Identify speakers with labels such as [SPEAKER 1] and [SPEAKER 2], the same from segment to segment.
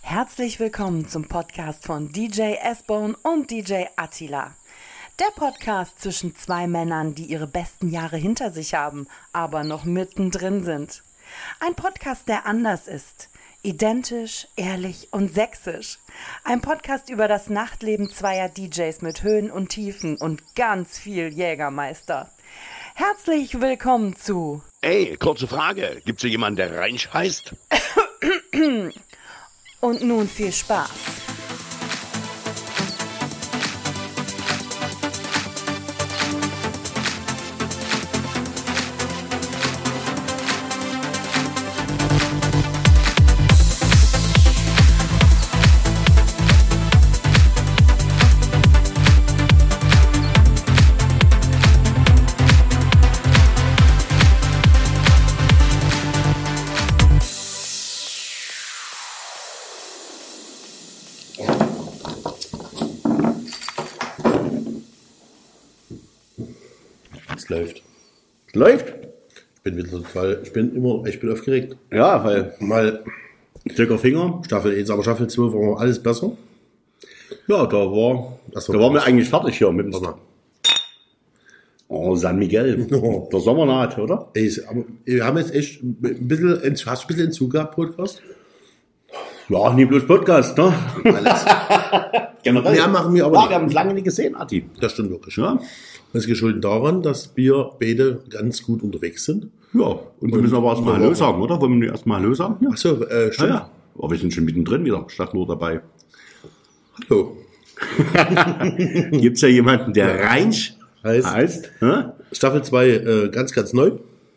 [SPEAKER 1] Herzlich willkommen zum Podcast von DJ S-Bone und DJ Attila. Der Podcast zwischen zwei Männern, die ihre besten Jahre hinter sich haben, aber noch mittendrin sind. Ein Podcast, der anders ist. Identisch, ehrlich und sächsisch. Ein Podcast über das Nachtleben zweier DJs mit Höhen und Tiefen und ganz viel Jägermeister. Herzlich willkommen zu...
[SPEAKER 2] Ey, kurze Frage. Gibt's hier jemanden, der Reinsch heißt?
[SPEAKER 1] Und nun viel Spaß.
[SPEAKER 3] Läuft?
[SPEAKER 4] Ich bin aufgeregt.
[SPEAKER 3] Ja, weil
[SPEAKER 4] Mal
[SPEAKER 3] Dicker Finger.
[SPEAKER 4] Staffel 1, aber Staffel 2 war alles besser.
[SPEAKER 3] Ja, da waren wir eigentlich fertig hier mit dem San Miguel. Der Sommer naht, oder?
[SPEAKER 4] Aber wir haben jetzt echt ein bisschen, hast du ein bisschen Entzug gehabt, Podcast?
[SPEAKER 3] Ja, nie bloß Podcast, ne?
[SPEAKER 4] Alles.
[SPEAKER 3] Generell.
[SPEAKER 4] Ja, machen wir aber
[SPEAKER 3] Ja,
[SPEAKER 4] nicht.
[SPEAKER 3] wir haben es lange nicht gesehen, Adi.
[SPEAKER 4] Das stimmt wirklich.
[SPEAKER 3] Ja,
[SPEAKER 4] Das ist geschuldet daran, dass wir beide ganz gut unterwegs sind.
[SPEAKER 3] ja. Und wir müssen aber erstmal Hallo sagen, oder? Wollen wir erstmal Hallo sagen? Ja.
[SPEAKER 4] Achso, stimmt.
[SPEAKER 3] Ja. Aber wir sind schon mittendrin wieder, statt nur dabei.
[SPEAKER 4] Hallo.
[SPEAKER 3] Gibt's ja jemanden, der Reinsch heißt? Ja?
[SPEAKER 4] Staffel 2 ganz, ganz neu.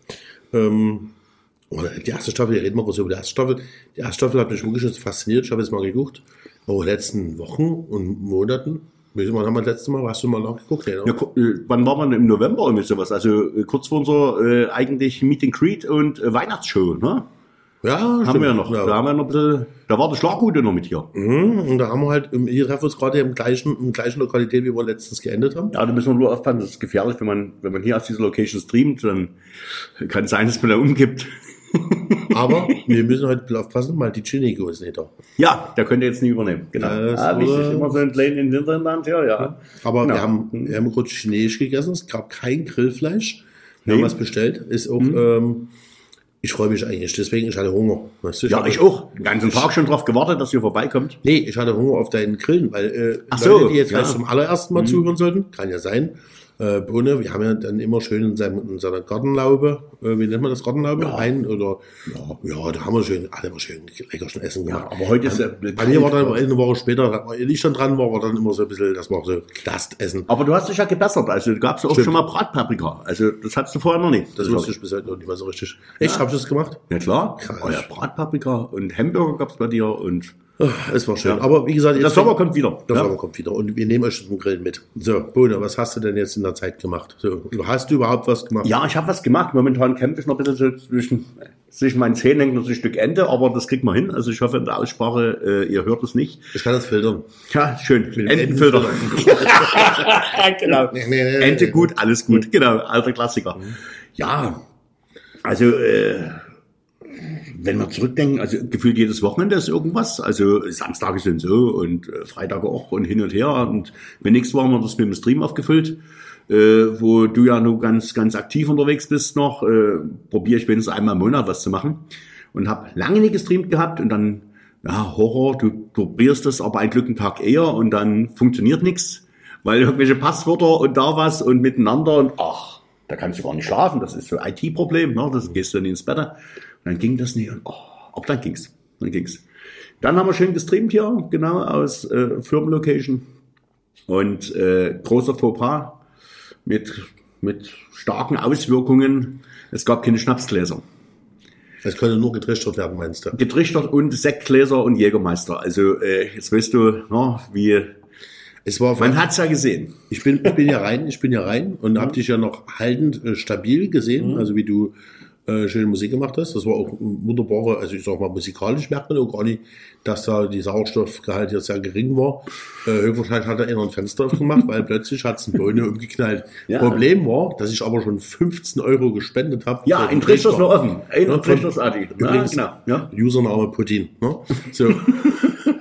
[SPEAKER 4] Die erste Staffel, reden wir kurz über die erste Staffel. Die erste Staffel hat mich wirklich fasziniert. Ich habe jetzt mal geguckt. Letzten Wochen und Monaten. Wann haben wir das letzte Mal? Hast du mal nachgeguckt? Nee,
[SPEAKER 3] Ja, wann war man im November irgendwie sowas? Also kurz vor unserer eigentlich Meet and Greet und Weihnachtsshow, ne?
[SPEAKER 4] Ja,
[SPEAKER 3] Haben wir ja noch.
[SPEAKER 4] Ja.
[SPEAKER 3] Da haben wir noch ein bisschen, da war der Schlaggute noch mit hier.
[SPEAKER 4] Und da haben wir halt, hier treffen wir uns gerade in gleichen Lokalität, wie wir letztens geendet haben.
[SPEAKER 3] Ja, da müssen wir nur aufpassen, das ist gefährlich, wenn man hier aus dieser Location streamt, dann kann es sein, dass man da umgibt.
[SPEAKER 4] Aber wir müssen halt ein bisschen aufpassen, weil die Chinico ist nicht da.
[SPEAKER 3] Ja, der könnte jetzt nicht übernehmen. Genau. Wichtig, immer so ein Plane in den Hinterland, ja.
[SPEAKER 4] Aber
[SPEAKER 3] Genau.
[SPEAKER 4] wir haben kurz Chinesisch gegessen, es gab kein Grillfleisch. Wir
[SPEAKER 3] Nee.
[SPEAKER 4] haben was bestellt, ist auch, ich freue mich eigentlich, deswegen, ich hatte Hunger. Weißt du,
[SPEAKER 3] Ja, ich auch. Den ganzen Tag schon drauf gewartet, dass ihr vorbeikommt.
[SPEAKER 4] Nee, ich hatte Hunger auf deinen Grillen, weil
[SPEAKER 3] Ach so,
[SPEAKER 4] Leute, die jetzt
[SPEAKER 3] ja.
[SPEAKER 4] vielleicht zum allerersten Mal zuhören sollten, kann ja sein. Bohne, wir haben ja dann immer schön in seiner Gartenlaube, wie nennt man das, Gartenlaube?
[SPEAKER 3] Ja.
[SPEAKER 4] Da haben wir schön, alle mal schön lecker schon essen gemacht.
[SPEAKER 3] aber heute ist
[SPEAKER 4] Bei mir war dann eine Woche später, da ich schon dran war dann immer so ein bisschen, das war so Klastessen.
[SPEAKER 3] Aber du hast dich ja gebessert. Also gab es auch
[SPEAKER 4] Stimmt.
[SPEAKER 3] schon mal Bratpaprika. Also das hattest du vorher noch nicht.
[SPEAKER 4] Das wusste ich bis heute noch nicht mal so richtig. Echt, hab ich das gemacht?
[SPEAKER 3] Ja klar.
[SPEAKER 4] Krass.
[SPEAKER 3] Oh ja, Bratpaprika und Hamburger gab's bei dir und
[SPEAKER 4] Es war schön.
[SPEAKER 3] Ja.
[SPEAKER 4] Aber wie gesagt,
[SPEAKER 3] der Sommer kommt wieder.
[SPEAKER 4] Der
[SPEAKER 3] Ja.
[SPEAKER 4] Sommer kommt wieder. Und wir nehmen euch zum Grillen mit. So, Bohne, was hast du denn jetzt in der Zeit gemacht? So, hast du überhaupt was gemacht?
[SPEAKER 3] Ja, ich habe was gemacht. Momentan kämpfe ich noch ein bisschen so zwischen meinen Zähnen hängt noch so ein Stück Ente, aber das kriegt man hin. Also ich hoffe in der Aussprache, ihr hört es nicht.
[SPEAKER 4] Ich kann das filtern.
[SPEAKER 3] Ja, schön.
[SPEAKER 4] dem
[SPEAKER 3] Entenfilter. Genau.
[SPEAKER 4] Nee.
[SPEAKER 3] Ente gut, alles gut. Genau, alter Klassiker. Ja, also wenn wir zurückdenken, also gefühlt jedes Wochenende ist irgendwas. Also Samstage sind so und Freitage auch und hin und her. Und wenn nichts war, haben wir das mit dem Stream aufgefüllt. Wo du ja nur ganz, ganz aktiv unterwegs bist noch, probiere ich wenigstens einmal im Monat was zu machen. Und habe lange nicht gestreamt gehabt und dann, ja, Horror, du probierst das, aber ein Glück einen Tag eher und dann funktioniert nichts, weil irgendwelche Passwörter und da was und miteinander und ach, da kannst du gar nicht schlafen, das ist so ein IT-Problem, ne? Das gehst du dann ins Bett und dann ging das nicht und aber dann ging's. Dann haben wir schön gestreamt hier, genau, aus Firmenlocation und großer Fauxpas mit starken Auswirkungen. Es gab keine Schnapsgläser.
[SPEAKER 4] Es könnte nur getrichtert werden, meinst du?
[SPEAKER 3] Getrichtert und Sektgläser und Jägermeister. Also jetzt weißt du, na, wie
[SPEAKER 4] Es war,
[SPEAKER 3] man hat's ja gesehen.
[SPEAKER 4] ich bin ja rein und hab dich ja noch haltend stabil gesehen, also wie du schöne Musik gemacht hast. Das war auch wunderbare, also ich sag mal, musikalisch merkt man auch gar nicht, dass da die Sauerstoffgehalt jetzt sehr gering war. Höchstwahrscheinlich hat er eher ein Fenster aufgemacht, weil plötzlich hat's eine Bohne umgeknallt.
[SPEAKER 3] Ja.
[SPEAKER 4] Problem war, dass ich aber schon 15 € gespendet habe.
[SPEAKER 3] Ja, ein Trichter ist noch offen. Ein Trichter ist Adi.
[SPEAKER 4] Übrigens,
[SPEAKER 3] Genau. Ja.
[SPEAKER 4] Username Putin. Ne? So.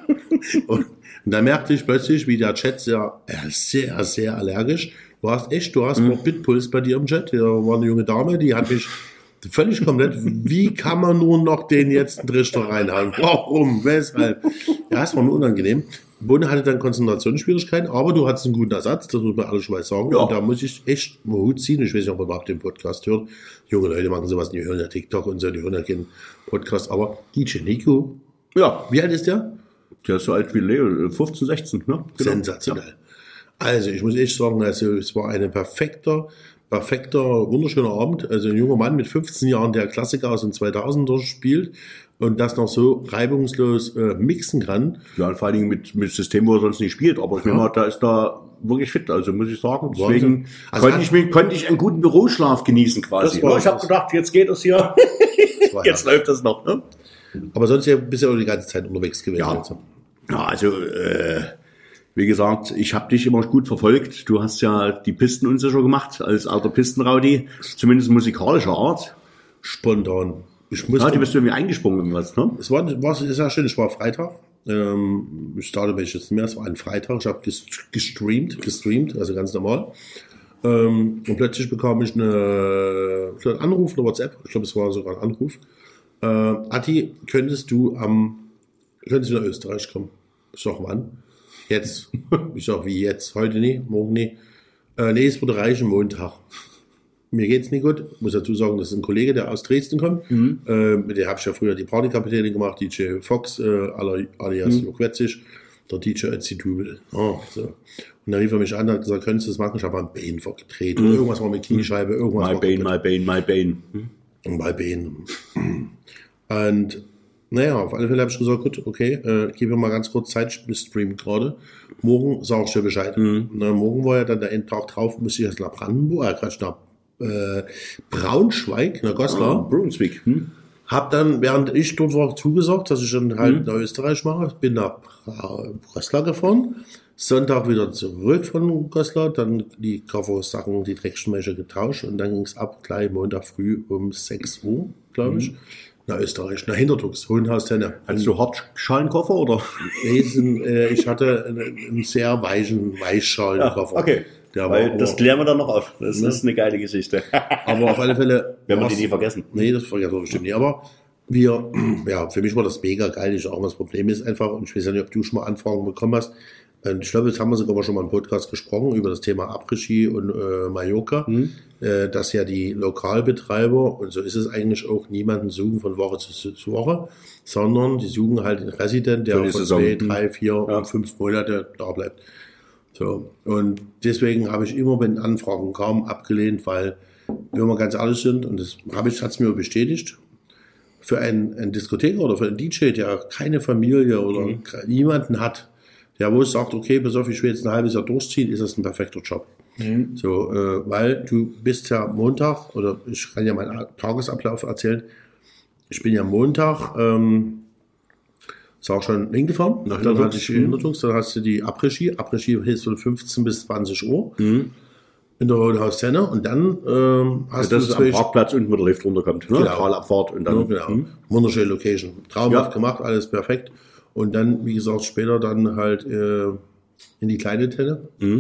[SPEAKER 4] Und da merkte ich plötzlich, wie der Chat sehr, sehr allergisch. Du hast Morbidpuls bei dir im Chat. Da war eine junge Dame, die hat mich völlig komplett, wie kann man nur noch den jetzt einen Trichter reinhauen? Warum? Weshalb? Ja, es war mir unangenehm. Bohne hatte dann Konzentrationsschwierigkeiten, aber du hattest einen guten Ersatz, das muss man alles schon mal sagen. Ja. Und da muss ich echt mal Hut ziehen. Ich weiß nicht, ob man überhaupt den Podcast hört. Junge Leute machen sowas, die hören ja TikTok und so, die hören ja keinen Podcast. Aber DJ Nico, ja, wie alt ist der?
[SPEAKER 3] Der ist so alt wie Leo, 15, 16, ne? Genau.
[SPEAKER 4] Sensationell. Ja. Also, ich muss echt sagen, also, es war ein perfekter, wunderschöner Abend. Also, ein junger Mann mit 15 Jahren, der Klassiker aus den 2000er spielt und das noch so reibungslos mixen kann.
[SPEAKER 3] Ja, und vor allen Dingen mit System, wo er sonst nicht spielt. Aber ich meine, da ist da wirklich fit, also muss ich sagen. Deswegen konnte ich einen guten Büroschlaf genießen quasi. Ich habe gedacht, jetzt geht es hier. Jetzt läuft das noch. Ne?
[SPEAKER 4] Aber sonst bist du ja auch die ganze Zeit unterwegs gewesen.
[SPEAKER 3] Ja, also wie gesagt, ich habe dich immer gut verfolgt. Du hast ja die Pisten unsicher gemacht als alter Pistenraudi, zumindest musikalischer Art.
[SPEAKER 4] Spontan.
[SPEAKER 3] Du bist irgendwie eingesprungen in was, ne?
[SPEAKER 4] Es war sehr schön, es war Freitag. Ich starte mich jetzt nicht mehr, es war ein Freitag. Ich habe gestreamt, also ganz normal. Und plötzlich bekam ich einen Anruf oder WhatsApp. Ich glaube, es war sogar ein Anruf. Atti, könntest du nach Österreich kommen? Ich sag, wann? Jetzt. Ich sag, wie jetzt? Heute nicht, morgen nicht. Nee, es würde reichen, Montag. Mir geht's nicht gut. Ich muss dazu sagen, das ist ein Kollege, der aus Dresden kommt. Mit dem habe ich ja früher die Partykapitäne gemacht, DJ Fox, alias Loquetzig, der DJ Ötzi Dubel. So. Und dann rief er mich an und hat gesagt, könntest du das machen? Ich habe ein Bein gedreht. Irgendwas war mit Kniescheibe, irgendwas
[SPEAKER 3] my Bein.
[SPEAKER 4] My Bein. Und naja, auf alle Fälle habe ich gesagt, gut, okay, gib mir mal ganz kurz Zeit, ich stream gerade. Morgen sage ich dir Bescheid. Na, morgen war ja dann der Endtag drauf, musste ich erst nach Brandenburg, nach Braunschweig, nach Goslar.
[SPEAKER 3] Brunswick.
[SPEAKER 4] Hab dann, während ich dort war, zugesagt, dass ich dann halt nach Österreich mache. Bin nach Goslar gefahren. Sonntag wieder zurück von Goslar, dann die Koffersachen, die Dreckschenwäsche getauscht und dann ging es ab, gleich Montag früh um 6 Uhr, glaube ich, nach Österreich, nach Hintertux, Hohenhaus-Tenne.
[SPEAKER 3] Hattest du Hartschalenkoffer oder?
[SPEAKER 4] Ich hatte einen sehr Weichschalenkoffer.
[SPEAKER 3] Okay. Weil das klären wir dann noch auf. Das ist eine geile Geschichte.
[SPEAKER 4] Aber auf alle Fälle.
[SPEAKER 3] Werden wir die nie vergessen.
[SPEAKER 4] Nee, das vergessen wir bestimmt nicht. Aber für mich war das mega geil. Das Problem ist einfach, und ich weiß ja nicht, ob du schon mal Anfragen bekommen hast. Ich glaube, jetzt haben wir sogar schon mal im Podcast gesprochen über das Thema Après-Ski und Mallorca, dass ja die Lokalbetreiber, und so ist es eigentlich auch, niemanden suchen von Woche zu Woche, sondern die suchen halt einen Resident, der von 2, 3, 4, 5 Monate da bleibt. So. Und deswegen habe ich immer, wenn Anfragen kamen, abgelehnt, weil, wenn wir ganz ehrlich sind, und das hat es mir bestätigt, für einen Diskotheker oder für einen DJ, der keine Familie oder niemanden hat, der wo sagt, okay, pass auf, ich will jetzt ein halbes Jahr durchziehen, ist das ein perfekter Job. So, weil du bist ja Montag, oder ich kann ja meinen Tagesablauf erzählen, ich bin ja Montag, ist auch schon hingefahren, dann hatte ich Hintertungs, dann hast du die Après-Ski ist von 15 bis 20 Uhr in der Hohenhaus-Tenne und dann hast du
[SPEAKER 3] am Parkplatz unten, wo der Lift runterkommt, ne?
[SPEAKER 4] Genau.
[SPEAKER 3] Talabfahrt und dann
[SPEAKER 4] wunderschöne Location, traumhaft gemacht, alles perfekt und dann, wie gesagt, später dann halt in die kleine Tenne.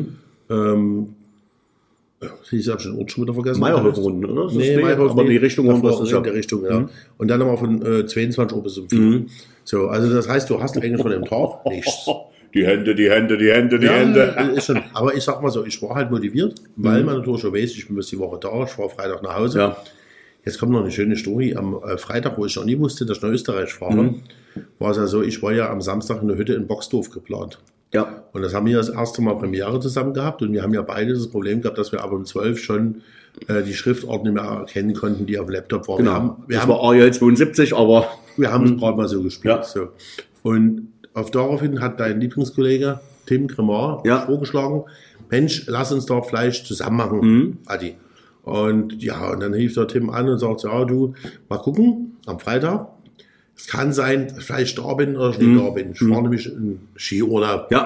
[SPEAKER 4] Ich habe schon den Ort schon wieder vergessen.
[SPEAKER 3] Meierhof-Runden, oder?
[SPEAKER 4] Meierhof,
[SPEAKER 3] aber die Richtung
[SPEAKER 4] in der Richtung, ja. Und dann nochmal von 22 Uhr bis um 4 So, also das heißt, du hast eigentlich von dem Tag nichts.
[SPEAKER 3] Die Hände.
[SPEAKER 4] Ist schon. Aber ich sag mal so, ich war halt motiviert, weil man natürlich schon weiß, ich bin bis die Woche da, ich fahre Freitag nach Hause. Ja. Jetzt kommt noch eine schöne Story. Am Freitag, wo ich noch nie wusste, dass ich nach Österreich fahre, war es ja so, ich war ja am Samstag in der Hütte in Boxdorf geplant. Ja. Und das haben wir das erste Mal Premiere zusammen gehabt und wir haben ja beide das Problem gehabt, dass wir ab um 12 schon die Schriftart nicht mehr erkennen konnten, die auf dem Laptop waren.
[SPEAKER 3] Genau. Das war ARL 72, aber
[SPEAKER 4] wir haben es gerade mal so gespielt. Ja. So. Und daraufhin hat dein Lieblingskollege Tim Cremar vorgeschlagen, Mensch, lass uns doch Fleisch zusammen machen, Adi. Und ja, und dann rief der Tim an und sagt, ja, du, mal gucken, am Freitag. Es kann sein, dass ich vielleicht da bin oder ich nicht da bin. Ich war nämlich in Skiurlaub.
[SPEAKER 3] Ja.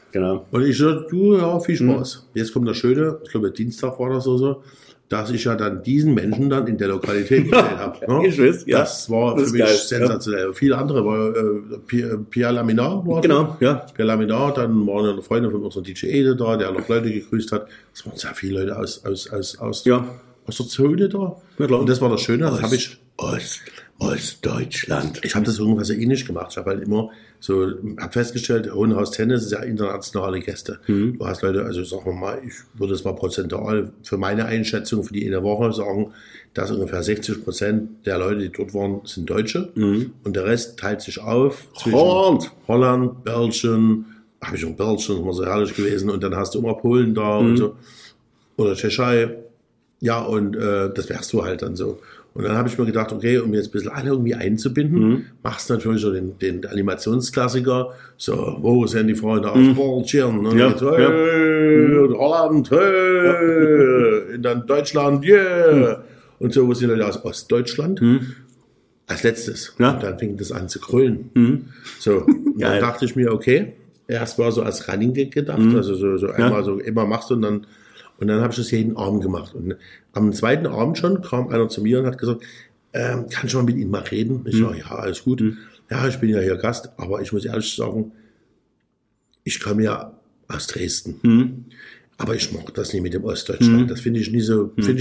[SPEAKER 5] Genau.
[SPEAKER 4] Und ich so, du, ja, viel Spaß. Jetzt kommt das Schöne, ich glaube, Dienstag war das so, dass ich ja dann diesen Menschen dann in der Lokalität gestellt habe. Ne?
[SPEAKER 5] Ich weiß, ja.
[SPEAKER 4] Das war
[SPEAKER 5] Das
[SPEAKER 4] für
[SPEAKER 5] ist
[SPEAKER 4] mich
[SPEAKER 5] geil,
[SPEAKER 4] sensationell. Ja. Viele andere war Pierre Laminar. War
[SPEAKER 5] Genau, ja.
[SPEAKER 4] Pierre Laminar, dann waren ja noch Freunde von unserem DJ Ede da, der noch Leute gegrüßt hat. Es waren sehr viele Leute aus der Zone da.
[SPEAKER 5] Ja, klar.
[SPEAKER 4] Und das war das Schöne, das habe ich
[SPEAKER 5] Ostdeutschland.
[SPEAKER 4] ich habe das irgendwas so ähnlich gemacht. Ich habe halt immer so, habe festgestellt, Hohenhaus Tennis ist ja internationale Gäste. Du hast Leute, also sagen wir mal, ich würde es mal prozentual für meine Einschätzung für die eine Woche sagen, dass ungefähr 60% der Leute, die dort waren, sind Deutsche. Und der Rest teilt sich auf zwischen Holland, Belgien, habe ich schon Belgien, das war so herrlich gewesen. Und dann hast du immer Polen da und so. Oder Tschechei. Ja, und das wärst du halt dann so. Und dann habe ich mir gedacht, okay, um jetzt ein bisschen alle irgendwie einzubinden, machst du natürlich so den Animationsklassiker, so, wo sind die Freunde aus Belgien? Und jetzt, hey, Holland, hey, und dann Deutschland, yeah. Und so, wo sind die Leute aus Ostdeutschland? Als letztes. Ja. Und dann fing das an zu krölen. So, und dann dachte ich mir, okay, erst war so als Running Gag gedacht, also so einmal so immer machst du und dann habe ich das jeden Abend gemacht. Und am zweiten Abend schon kam einer zu mir und hat gesagt, kann ich mal mit Ihnen mal reden? Ich sage, ja, alles gut. Ja, ich bin ja hier Gast, aber ich muss ehrlich sagen, ich komme ja aus Dresden. Aber ich mag das nicht mit dem Ostdeutschland. Das finde ich nicht so, das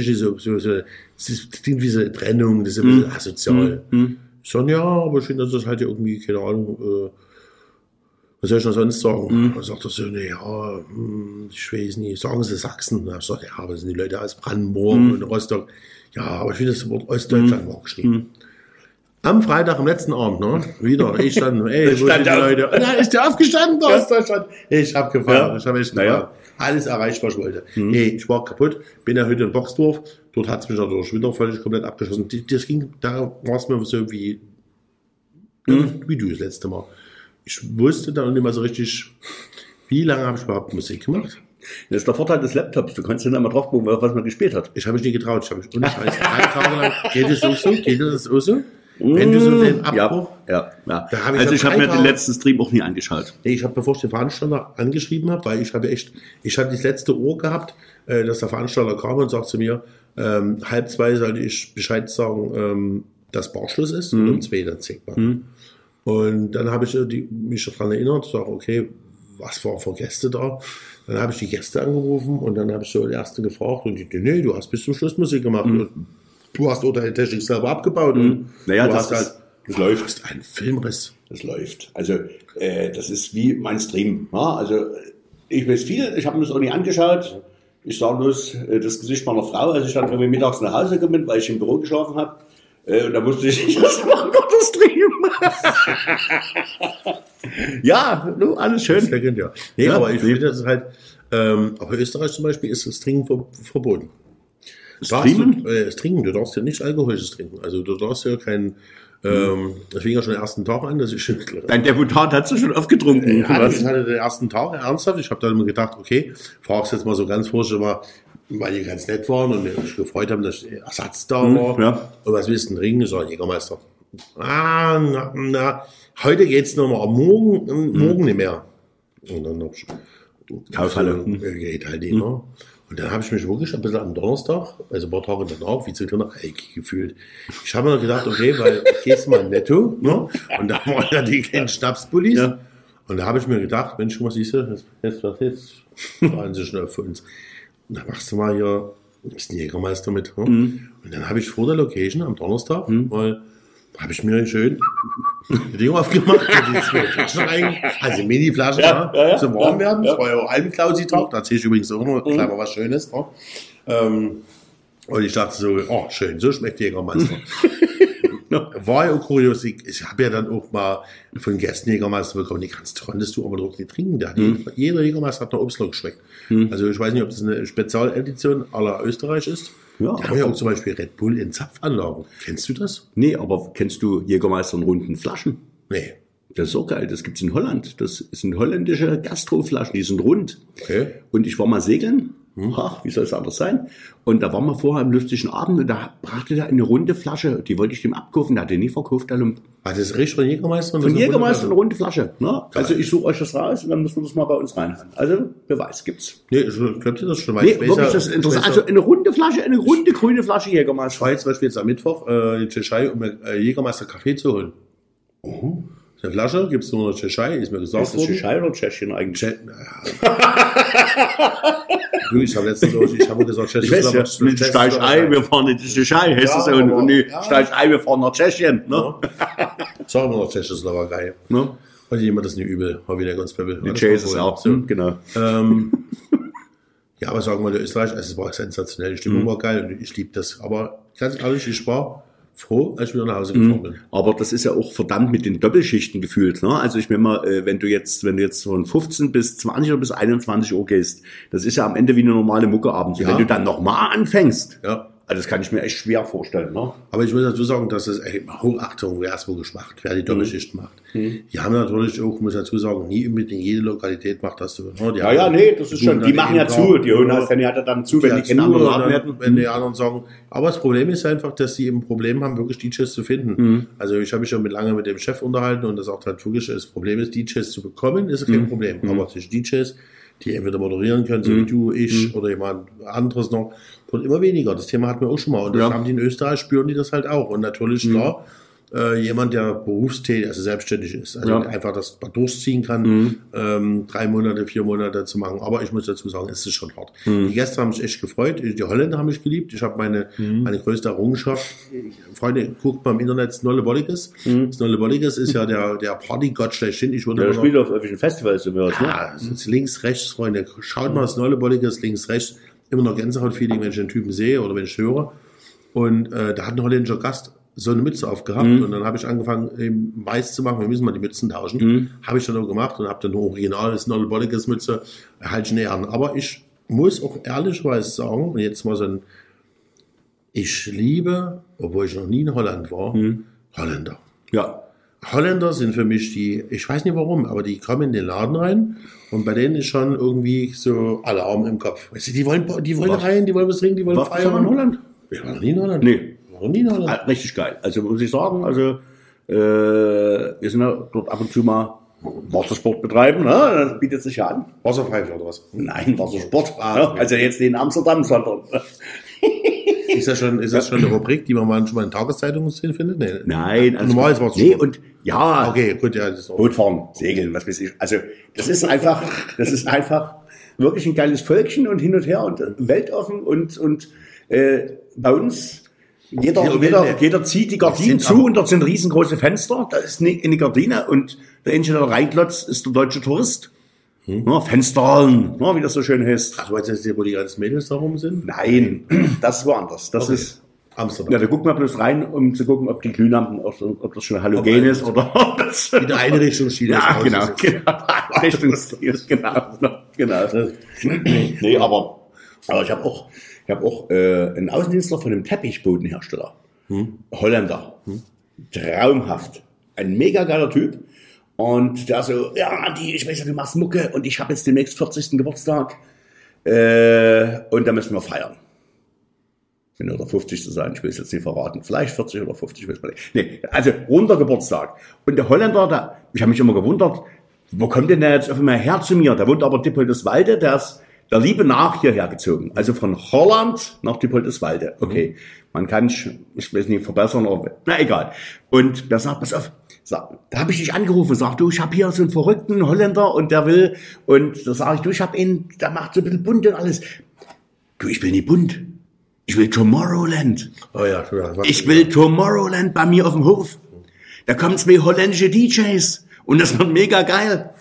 [SPEAKER 4] klingt wie so eine Trennung, das ist ein bisschen asozial. Ich sage, ja, aber ich finde, das ist halt irgendwie, keine Ahnung, was soll ich noch sonst sagen? Dann sagt er so, ja, ich weiß nicht, sagen Sie Sachsen. Da sagt er, ja, aber das sind die Leute aus Brandenburg und Rostock. Ja, aber ich finde das Wort Ostdeutschland mag ich nicht. Am Freitag, am letzten Abend, ne, wieder, ich stand, ey, wo sind die Leute? Ja, ist der aufgestanden, da Ostdeutschland? Ich hab gefahren, ich habe echt gefahren. Alles erreicht, was ich wollte. Nee, ich war kaputt, bin ja heute in Boxdorf, dort hat es mich natürlich wieder völlig komplett abgeschossen. Das ging, da war es mir so wie du das letzte Mal. Ich wusste dann nicht mal so richtig, wie lange habe ich überhaupt Musik gemacht.
[SPEAKER 5] Das ist der Vorteil des Laptops. Du kannst ja dann mal drauf gucken, was man gespielt hat.
[SPEAKER 4] Ich habe mich nicht getraut. Ich habe mich ohne Scheiß 3 Tage lang. Geht das auch so? Geht das auch so? Wenn du so den Abbruch...
[SPEAKER 5] Ja.
[SPEAKER 4] Da hab
[SPEAKER 5] also ich habe mir den letzten Stream auch nie angeschaut.
[SPEAKER 4] Nee, ich habe, bevor ich den Veranstalter angeschrieben habe, weil ich hatte das letzte Ohr gehabt, dass der Veranstalter kam und sagt zu mir, 1:30 sollte ich Bescheid sagen, dass Barschluss ist und um 2 dann zeigt man. Und dann habe ich mich daran erinnert, sage, okay, was war für Gäste da? Dann habe ich die Gäste angerufen und dann habe ich so den ersten gefragt und die, nee, du hast bis zum Schluss Musik gemacht. Und du hast auch deine Technik selber abgebaut. Und
[SPEAKER 5] naja,
[SPEAKER 4] du
[SPEAKER 5] das läuft.
[SPEAKER 4] Du hast einen Filmriss.
[SPEAKER 5] Das läuft. Also das ist wie mein Stream. Ja? Also ich weiß viel, ich habe mir das auch nicht angeschaut. Ich sah bloß das Gesicht meiner Frau, als ich dann irgendwie mittags nach Hause gekommen bin, weil ich im Büro geschlafen habe. Und da musste ich das machen, Gottes Stream. Ja, alles schön.
[SPEAKER 4] Das legendär. Nee, ja, aber ich finde, das ist halt, auch in Österreich zum Beispiel ist das Trinken verboten. Das Trinken, du darfst ja nichts Alkoholisches trinken. Also du darfst ja kein, das fing ja schon den ersten Tag an, dass ich
[SPEAKER 5] Dein Debutant hat sich schon aufgetrunken.
[SPEAKER 4] Ja, ich hatte den ersten Tag ernsthaft. Ich habe dann immer gedacht, okay, fragst jetzt mal so ganz vorsichtig mal, weil die ganz nett waren und mich gefreut haben, dass Ersatz da war. Ja. Und was willst du denn trinken? Ich sage, Jägermeister. Heute geht's noch mal, morgen nicht mehr. Und dann hab ich
[SPEAKER 5] Kaufhalle.
[SPEAKER 4] Geht halt immer. Und dann habe ich mich wirklich ein bisschen am Donnerstag, also ein paar Tage danach, wie zu tun, gefühlt. Ich habe mir gedacht, okay, weil gehst mal netto, ne? Und da waren ja die kleinen Schnapsbullis. Ja. Und da habe ich mir gedacht, Mensch, was siehst du, jetzt fahren sie schnell für uns. Und dann machst du mal hier ein bisschen Jägermeister mit. Ne? Und dann habe ich vor der Location am Donnerstag mal, habe ich mir schön die Dinge aufgemacht, die 2 Flaschen rein, also Mini-Flaschen, zum warm werden. Das war ja auch Alpenklausi-Tag, da erzähle ich übrigens auch noch gleich mal was Schönes. Ne? Und ich dachte so, oh schön, so schmeckt Jägermeister. War ja auch kurios, ich habe ja dann auch mal von Gästen Jägermeister bekommen, die konntest du aber doch nicht trinken. Jeder Jägermeister hat nach Obstler geschmeckt. Also ich weiß nicht, ob das eine Spezialedition aller Österreich ist. Ja, die haben ja auch zum Beispiel Red Bull in Zapfanlagen. Kennst du das?
[SPEAKER 5] Nee, aber kennst du Jägermeister in runden Flaschen?
[SPEAKER 4] Nee.
[SPEAKER 5] Das ist so geil, das gibt's in Holland. Das sind holländische Gastroflaschen, die sind rund.
[SPEAKER 4] Okay.
[SPEAKER 5] Und ich war mal segeln
[SPEAKER 3] Ach, wie soll es anders sein? Und da waren wir vorher am lustigen Abend und da brachte er eine runde Flasche, die wollte ich dem abkaufen, der hat den nie verkauft.
[SPEAKER 4] Das ist richtig von Jägermeister?
[SPEAKER 3] Von Jägermeister eine runde Flasche. Ne? Also ich suche euch das raus und dann müssen wir das mal bei uns reinhauen. Also Beweis gibt's.
[SPEAKER 4] Nee, ich glaube das schon mal.
[SPEAKER 3] Nee, wirklich, das ist interessant. Also eine runde Flasche, eine runde grüne Flasche Jägermeister.
[SPEAKER 4] Ich war jetzt zum Beispiel jetzt am Mittwoch in die Tschechei, um mir Jägermeister Kaffee zu holen. Eine Flasche gibt es nur in der Tschechei, ist mir gesagt worden.
[SPEAKER 3] Ist das Tschechei oder Tschechien eigentlich?
[SPEAKER 4] Du, ich habe letztens gesagt,
[SPEAKER 3] ich weiß ja, mit Steichei, wir fahren in die Tschechei, heißt es ja, und die Steichei, wir fahren nach Tschechien. Ne?
[SPEAKER 4] Sagen wir noch Tschechoslowakei. Ne? Und jemand ist nicht übel, habe wieder ganz Pöbel.
[SPEAKER 3] Die Tschechen ist auch so, genau.
[SPEAKER 4] Ja, aber sagen wir, der Österreich, also es war sensationell, die Stimmung war geil und ich liebe das. Aber ganz ehrlich, ich war froh, als ich wieder nach Hause gefahren bin.
[SPEAKER 3] Aber das ist ja auch verdammt mit den Doppelschichten gefühlt. Ne? Also ich meine mal, wenn du jetzt von 15 bis 20 oder bis 21 Uhr gehst, das ist ja am Ende wie eine normale Mucke abends. Ja. Wenn du dann nochmal anfängst, also das kann ich mir echt schwer vorstellen. Ne?
[SPEAKER 4] Aber ich muss dazu sagen, dass es Hochachtung, wer es wo gemacht, wer die Doppelschicht macht. Die haben natürlich auch, muss dazu sagen, nie unbedingt jede Lokalität macht das so. Ne?
[SPEAKER 3] Nee, das ist schon, die machen ja zu, die holen das dann ja dann zu, wenn die keinen anderen Laden hätten.
[SPEAKER 4] Wenn die anderen sagen, aber das Problem ist einfach, dass sie eben ein Problem haben, wirklich DJs zu finden. Also ich habe mich schon lange mit dem Chef unterhalten und das sagt halt wirklich, das Problem ist, DJs zu bekommen, ist kein Problem. Aber zwischen DJs, die entweder moderieren können, so wie du, ich oder jemand anderes noch, wird immer weniger. Das Thema hatten wir auch schon mal. Und das haben die in Österreich, spüren die das halt auch. Und natürlich, klar, jemand, der berufstätig, also selbstständig ist, also einfach das durchziehen kann, 3 Monate, 4 Monate zu machen. Aber ich muss dazu sagen, es ist schon hart. Die Gäste haben sich echt gefreut. Die Holländer haben mich geliebt. Ich habe meine größte Errungenschaft. Freunde, guckt mal im Internet Snolle Bolliges. Snolle Bolliges ist ja der Partygott schlechthin.
[SPEAKER 3] Der spielt auf irgendwelchen Festivals im Jahr.
[SPEAKER 4] Ja, links, rechts, Freunde. Schaut mal Snolle Bolliges, links, rechts. Immer noch Gänsehaut-Feeling, wenn ich den Typen sehe oder wenn ich höre. Und da hat ein holländischer Gast so eine Mütze aufgehabt und dann habe ich angefangen, eben weiß zu machen, wir müssen mal die Mützen tauschen. Habe ich dann auch gemacht und habe dann eine originale Snolle Bolliges Mütze halt schon ehren. Aber ich muss auch ehrlicherweise sagen, und jetzt mal so ich liebe, obwohl ich noch nie in Holland war, Holländer.
[SPEAKER 3] Ja.
[SPEAKER 4] Holländer sind für mich ich weiß nicht warum, aber die kommen in den Laden rein und bei denen ist schon irgendwie so Alarm im Kopf. Weißt du, die wollen rein, die wollen was trinken, die wollen feiern.
[SPEAKER 3] Warst du in Holland?
[SPEAKER 4] Ich war noch nie in Holland.
[SPEAKER 3] Nee. Warum nie in Holland? Richtig geil. Also muss ich sagen, wir sind ja dort ab und zu mal Wassersport betreiben, ne? Das bietet sich ja an.
[SPEAKER 4] Wasserpfeife oder was?
[SPEAKER 3] Nein, Wassersport. Okay. Also jetzt nicht in Amsterdam, sondern...
[SPEAKER 4] Ist das schon eine Rubrik, die man manchmal in Tageszeitungen findet? Nee.
[SPEAKER 3] Nein.
[SPEAKER 4] Also normales Wassersport.
[SPEAKER 3] Nee, und ja.
[SPEAKER 4] Okay, gut, ja. Das ist
[SPEAKER 3] Bootfahren, Segeln, was weiß ich. Also das ist einfach wirklich ein geiles Völkchen und hin und her und weltoffen und bei uns jeder zieht die Gardinen zu und dort sind riesengroße Fenster. Da ist eine Gardine und der Ingenieur reinklotzt ist der deutsche Tourist. Ja, Fensterhallen, ja, wie das so schön heißt.
[SPEAKER 4] Ach, weißt du jetzt, wo die ganzen Mädels da rum sind?
[SPEAKER 3] Nein, das ist woanders. Das ist
[SPEAKER 4] Amsterdam.
[SPEAKER 3] Ja, da guckt man bloß rein, um zu gucken, ob die Glühlampen, ob das schon halogen ist oder ob das...
[SPEAKER 4] Wie der Einrichtungsstil
[SPEAKER 3] ist. Ja, genau. Einrichtungsstil, genau. Nee, aber ich habe auch einen Außendienstler von einem Teppichbodenhersteller. Holländer. Traumhaft. Ein mega geiler Typ. Und der so, ja, ich weiß ja, du machst Mucke und ich habe jetzt demnächst 40. Geburtstag und da müssen wir feiern. Wenn oder 50 zu sein, ich will es jetzt nicht verraten. Vielleicht 40 oder 50, weiß man nicht. Nee, also runder Geburtstag. Und der Holländer, ich habe mich immer gewundert, wo kommt denn der jetzt auf einmal her zu mir? Der wohnt aber Diepoldeswalde, der ist der Liebe nach hierher gezogen. Also von Holland nach Diepoldeswalde. Okay, man kann, ich weiß nicht, verbessern, aber na egal. Und der sagt, pass auf, da habe ich dich angerufen, sagt du, ich habe hier so einen verrückten Holländer und der will, und da sage ich, du, ich habe ihn, der macht so ein bisschen bunt und alles. Du, ich will nicht bunt. Ich will Tomorrowland.
[SPEAKER 4] Oh ja,
[SPEAKER 3] ich will Tomorrowland bei mir auf dem Hof. Da kommen 2 holländische DJs und das wird mega geil.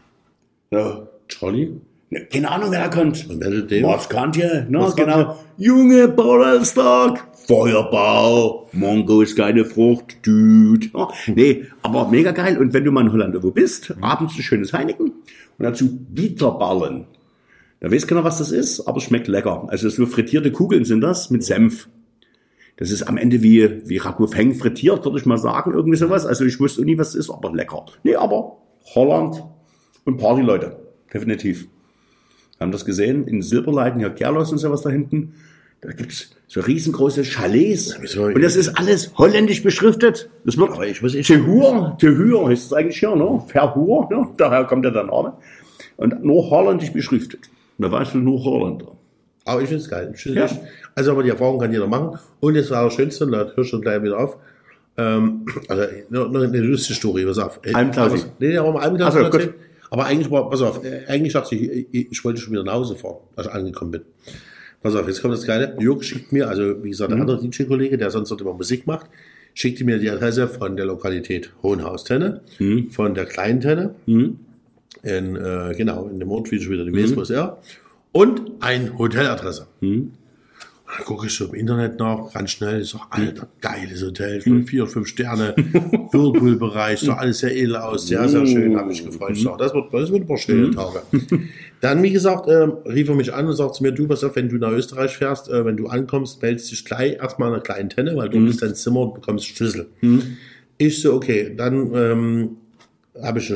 [SPEAKER 4] Ja, Charlie?
[SPEAKER 3] Keine Ahnung, wer da kommt.
[SPEAKER 4] Maskantje,
[SPEAKER 3] genau. Junge Bauernstag, Feuerball, Mongo ist keine Frucht, Dude. Oh, nee, aber mega geil. Und wenn du mal in Holland irgendwo bist, abends ein schönes Heineken und dazu Bieterballen. Da weiß keiner, was das ist, aber es schmeckt lecker. Also so frittierte Kugeln sind das mit Senf. Das ist am Ende wie Ragout frittiert, würde ich mal sagen, irgendwie sowas. Also ich wusste nie, was es ist, aber lecker. Nee, aber Holland und Partyleute, definitiv. haben das gesehen, in Silberleiten, hier Gerlos und sowas da hinten. Da gibt's so riesengroße Chalets. Und das ist alles holländisch beschriftet. Das wird Tehur heißt es eigentlich hier, ne? Verhur, ne? Daher kommt ja der Name. Und nur holländisch beschriftet. Da weißt du nur Holländer.
[SPEAKER 4] Aber ich finde es geil. Also, aber die Erfahrung kann jeder machen. Und jetzt war das Schönste, und da hörst du schon gleich wieder auf. Also, noch eine lustige Story, pass auf.
[SPEAKER 3] Almklausi.
[SPEAKER 4] Nee, aber mal Almklausi
[SPEAKER 3] Ach so,
[SPEAKER 4] erzählen. Aber eigentlich war, pass auf, eigentlich dachte ich wollte schon wieder nach Hause fahren, als ich angekommen bin. Pass auf, jetzt kommt das Geile. Jörg schickt mir, also wie gesagt, der andere DJ-Kollege, der sonst dort immer Musik macht, schickte mir die Adresse von der Lokalität Hohenhaus-Tenne, von der kleinen Tenne, in dem Ort, wie ich wieder die wo ist er, und ein Hoteladresse. Dann gucke ich so im Internet nach, ganz schnell, ich sage, Alter, geiles Hotel, 4 oder 5 Sterne, Whirlpool-Bereich, so alles sehr edel aus, sehr, sehr schön, habe ich gefreut. Ich sag, das wird ein paar schöne Tage. Dann, wie gesagt, rief er mich an und sagt zu mir, du, pass auf, wenn du nach Österreich fährst, wenn du ankommst, meldest dich gleich erstmal an einer kleinen Tenne, weil du bist dein Zimmer und bekommst Schlüssel. Ich so, okay, dann habe ich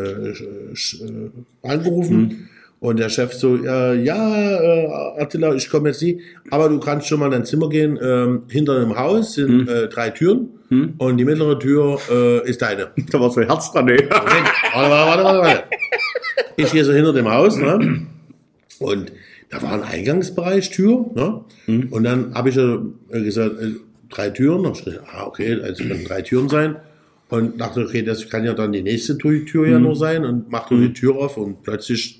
[SPEAKER 4] angerufen. Und der Chef so, Attila, ich komme jetzt nicht, aber du kannst schon mal in dein Zimmer gehen. Hinter dem Haus sind 3 Türen und die mittlere Tür ist deine.
[SPEAKER 3] Da war so ein Herz dran, ey.
[SPEAKER 4] Warte. Ich gehe so hinter dem Haus, ne? Und da war ein Eingangsbereich, Tür, ne? Und dann habe ich gesagt, 3 Türen. Dann habe ich gesagt, okay, also können 3 Türen sein. Und dachte, okay, das kann ja dann die nächste Tür ja nur sein. Und machte die Tür auf und plötzlich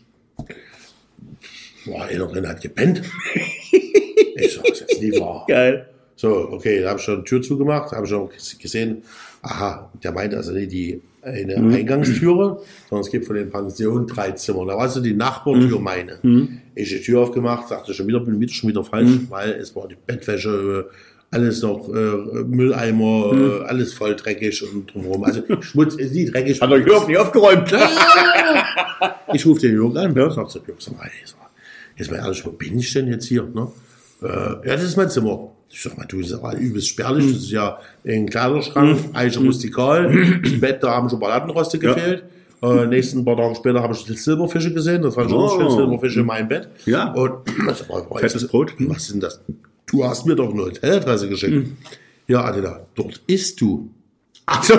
[SPEAKER 4] einer drin hat gepennt. Ich sag, das ist jetzt nie wahr.
[SPEAKER 3] Geil.
[SPEAKER 4] So, okay, da habe ich schon die Tür zugemacht, habe schon gesehen, aha, der meint also nicht eine Eingangstüre, sondern es gibt von den Pensionen 3 Zimmer. Da war so die Nachbartür meine. Ich die Tür aufgemacht, sagte schon wieder falsch, weil es war die Bettwäsche, alles noch Mülleimer, alles voll dreckig und drumherum. Also Schmutz ist nie dreckig.
[SPEAKER 3] Hat der Jörg nicht aufgeräumt?
[SPEAKER 4] Ich rufe den Jörg an, sagt zu Jörg, sag mal, jetzt mal ehrlich, wo bin ich denn jetzt hier? Ne? Das ist mein Zimmer. Ich sag mal, du, das ist aber übelst spärlich, das ist ja ein Kleiderschrank, Eiche rustikal, das Bett, da haben schon ein paar Lattenroste gefehlt. Nächsten paar Tage später habe ich Silberfische gesehen, das waren schon schön Silberfische in meinem Bett.
[SPEAKER 3] Ja.
[SPEAKER 4] Und
[SPEAKER 3] fettes Brot.
[SPEAKER 4] Was ist denn das? Du hast mir doch eine Hoteladresse geschickt. Ja, Attila, dort isst du. Also.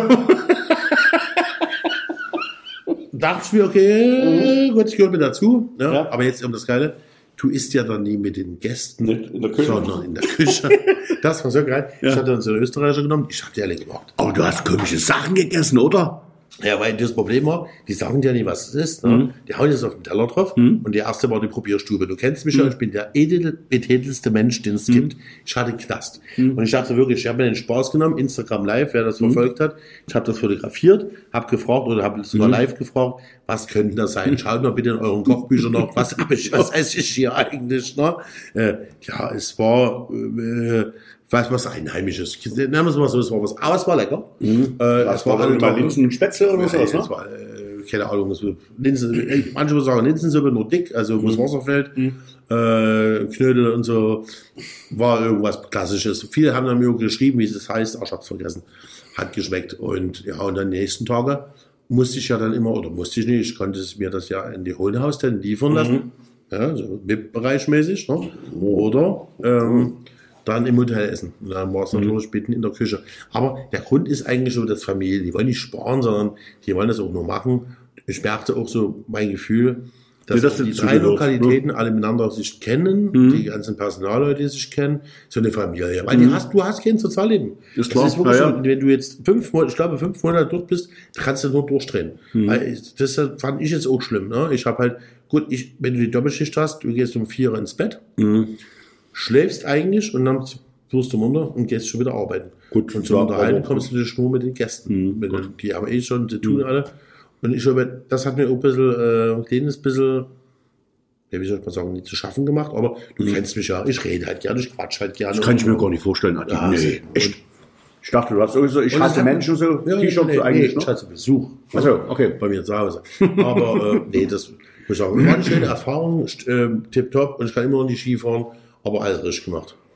[SPEAKER 4] Dachte ich mir, okay, gut, ich gehöre mir dazu. Ja. Aber jetzt um das Geile, du isst ja dann nie mit den Gästen,
[SPEAKER 3] in der Küche,
[SPEAKER 4] sondern in der Küche. Das war so geil. Ja. Ich hatte uns einen Österreicher genommen, ich habe die alle gemacht.
[SPEAKER 3] Aber du hast komische Sachen gegessen, oder?
[SPEAKER 4] Ja, weil das Problem war, die sagen dir nicht, was es ist. Ne? Die hauen jetzt auf den Teller drauf und die erste war die Probierstube. Du kennst mich ja, ich bin der edelste Mensch, den es gibt. Ich hatte Knast. Und ich dachte wirklich, ich habe mir den Spaß genommen, Instagram Live, wer das verfolgt hat. Ich habe das fotografiert, habe gefragt oder habe sogar live gefragt, was könnte das sein? Schaut mal bitte in euren Kochbüchern noch, was esse ich hier eigentlich? Ne? Ja, es war... was Einheimisches. Nennen wir es mal so, es war was. Aber es war lecker.
[SPEAKER 3] Es war alle mal Linsen und Spätzle oder was, ne? Es war,
[SPEAKER 4] keine Ahnung, Linsen, manche sagen Linsensuppe nur dick, also wo das Wasser fällt. Knödel und so. War irgendwas Klassisches. Viele haben dann mir geschrieben, wie es heißt, ich hab's vergessen. Hat geschmeckt. Und ja, und dann die nächsten Tage musste ich ja dann immer, oder musste ich nicht, ich konnte mir das ja in die Hohenhaus-Tenne liefern lassen. Ja, so VIP-Bereichmäßig, ne? Oder, dann im Hotel essen. Und dann war es natürlich bitten in der Küche. Aber der Grund ist eigentlich so, dass Familie, die wollen nicht sparen, sondern die wollen das auch nur machen. Ich merkte auch so mein Gefühl, dass die 3 Lokalitäten alle miteinander sich kennen, die ganzen Personalleute, die sich kennen, so eine Familie. Weil du hast kein Sozialleben.
[SPEAKER 3] Ist klar.
[SPEAKER 4] Das ist wirklich so, wenn du jetzt 5 Monate dort bist, kannst du nur durchdrehen. Das fand ich jetzt auch schlimm. Ne? Ich habe halt, wenn du die Doppelschicht hast, du gehst um 4 ins Bett, schläfst eigentlich und dann tust du runter und gehst schon wieder arbeiten.
[SPEAKER 3] Gut,
[SPEAKER 4] und zum Unterhalten kommst du dich nur mit den Gästen. Die haben schon zu tun alle. Und ich glaube, das hat mir auch ein kleines bisschen, wie soll ich mal sagen, nicht zu schaffen gemacht, aber du kennst mich ja, ich rede halt gerne, ich quatsch halt gerne.
[SPEAKER 3] Das kann ich mir gar nicht vorstellen, Adi.
[SPEAKER 4] Ja,
[SPEAKER 3] nee. Echt? Ich dachte, du hast sowieso, ich hasse Menschen so, T-Shirts so eigentlich,
[SPEAKER 4] ich hatte Besuch.
[SPEAKER 3] Also, okay.
[SPEAKER 4] Bei mir zu Hause. Aber, das muss ich sagen, war eine schöne Erfahrung, tipptopp, und ich kann immer noch nicht Ski fahren, aber alles richtig gemacht.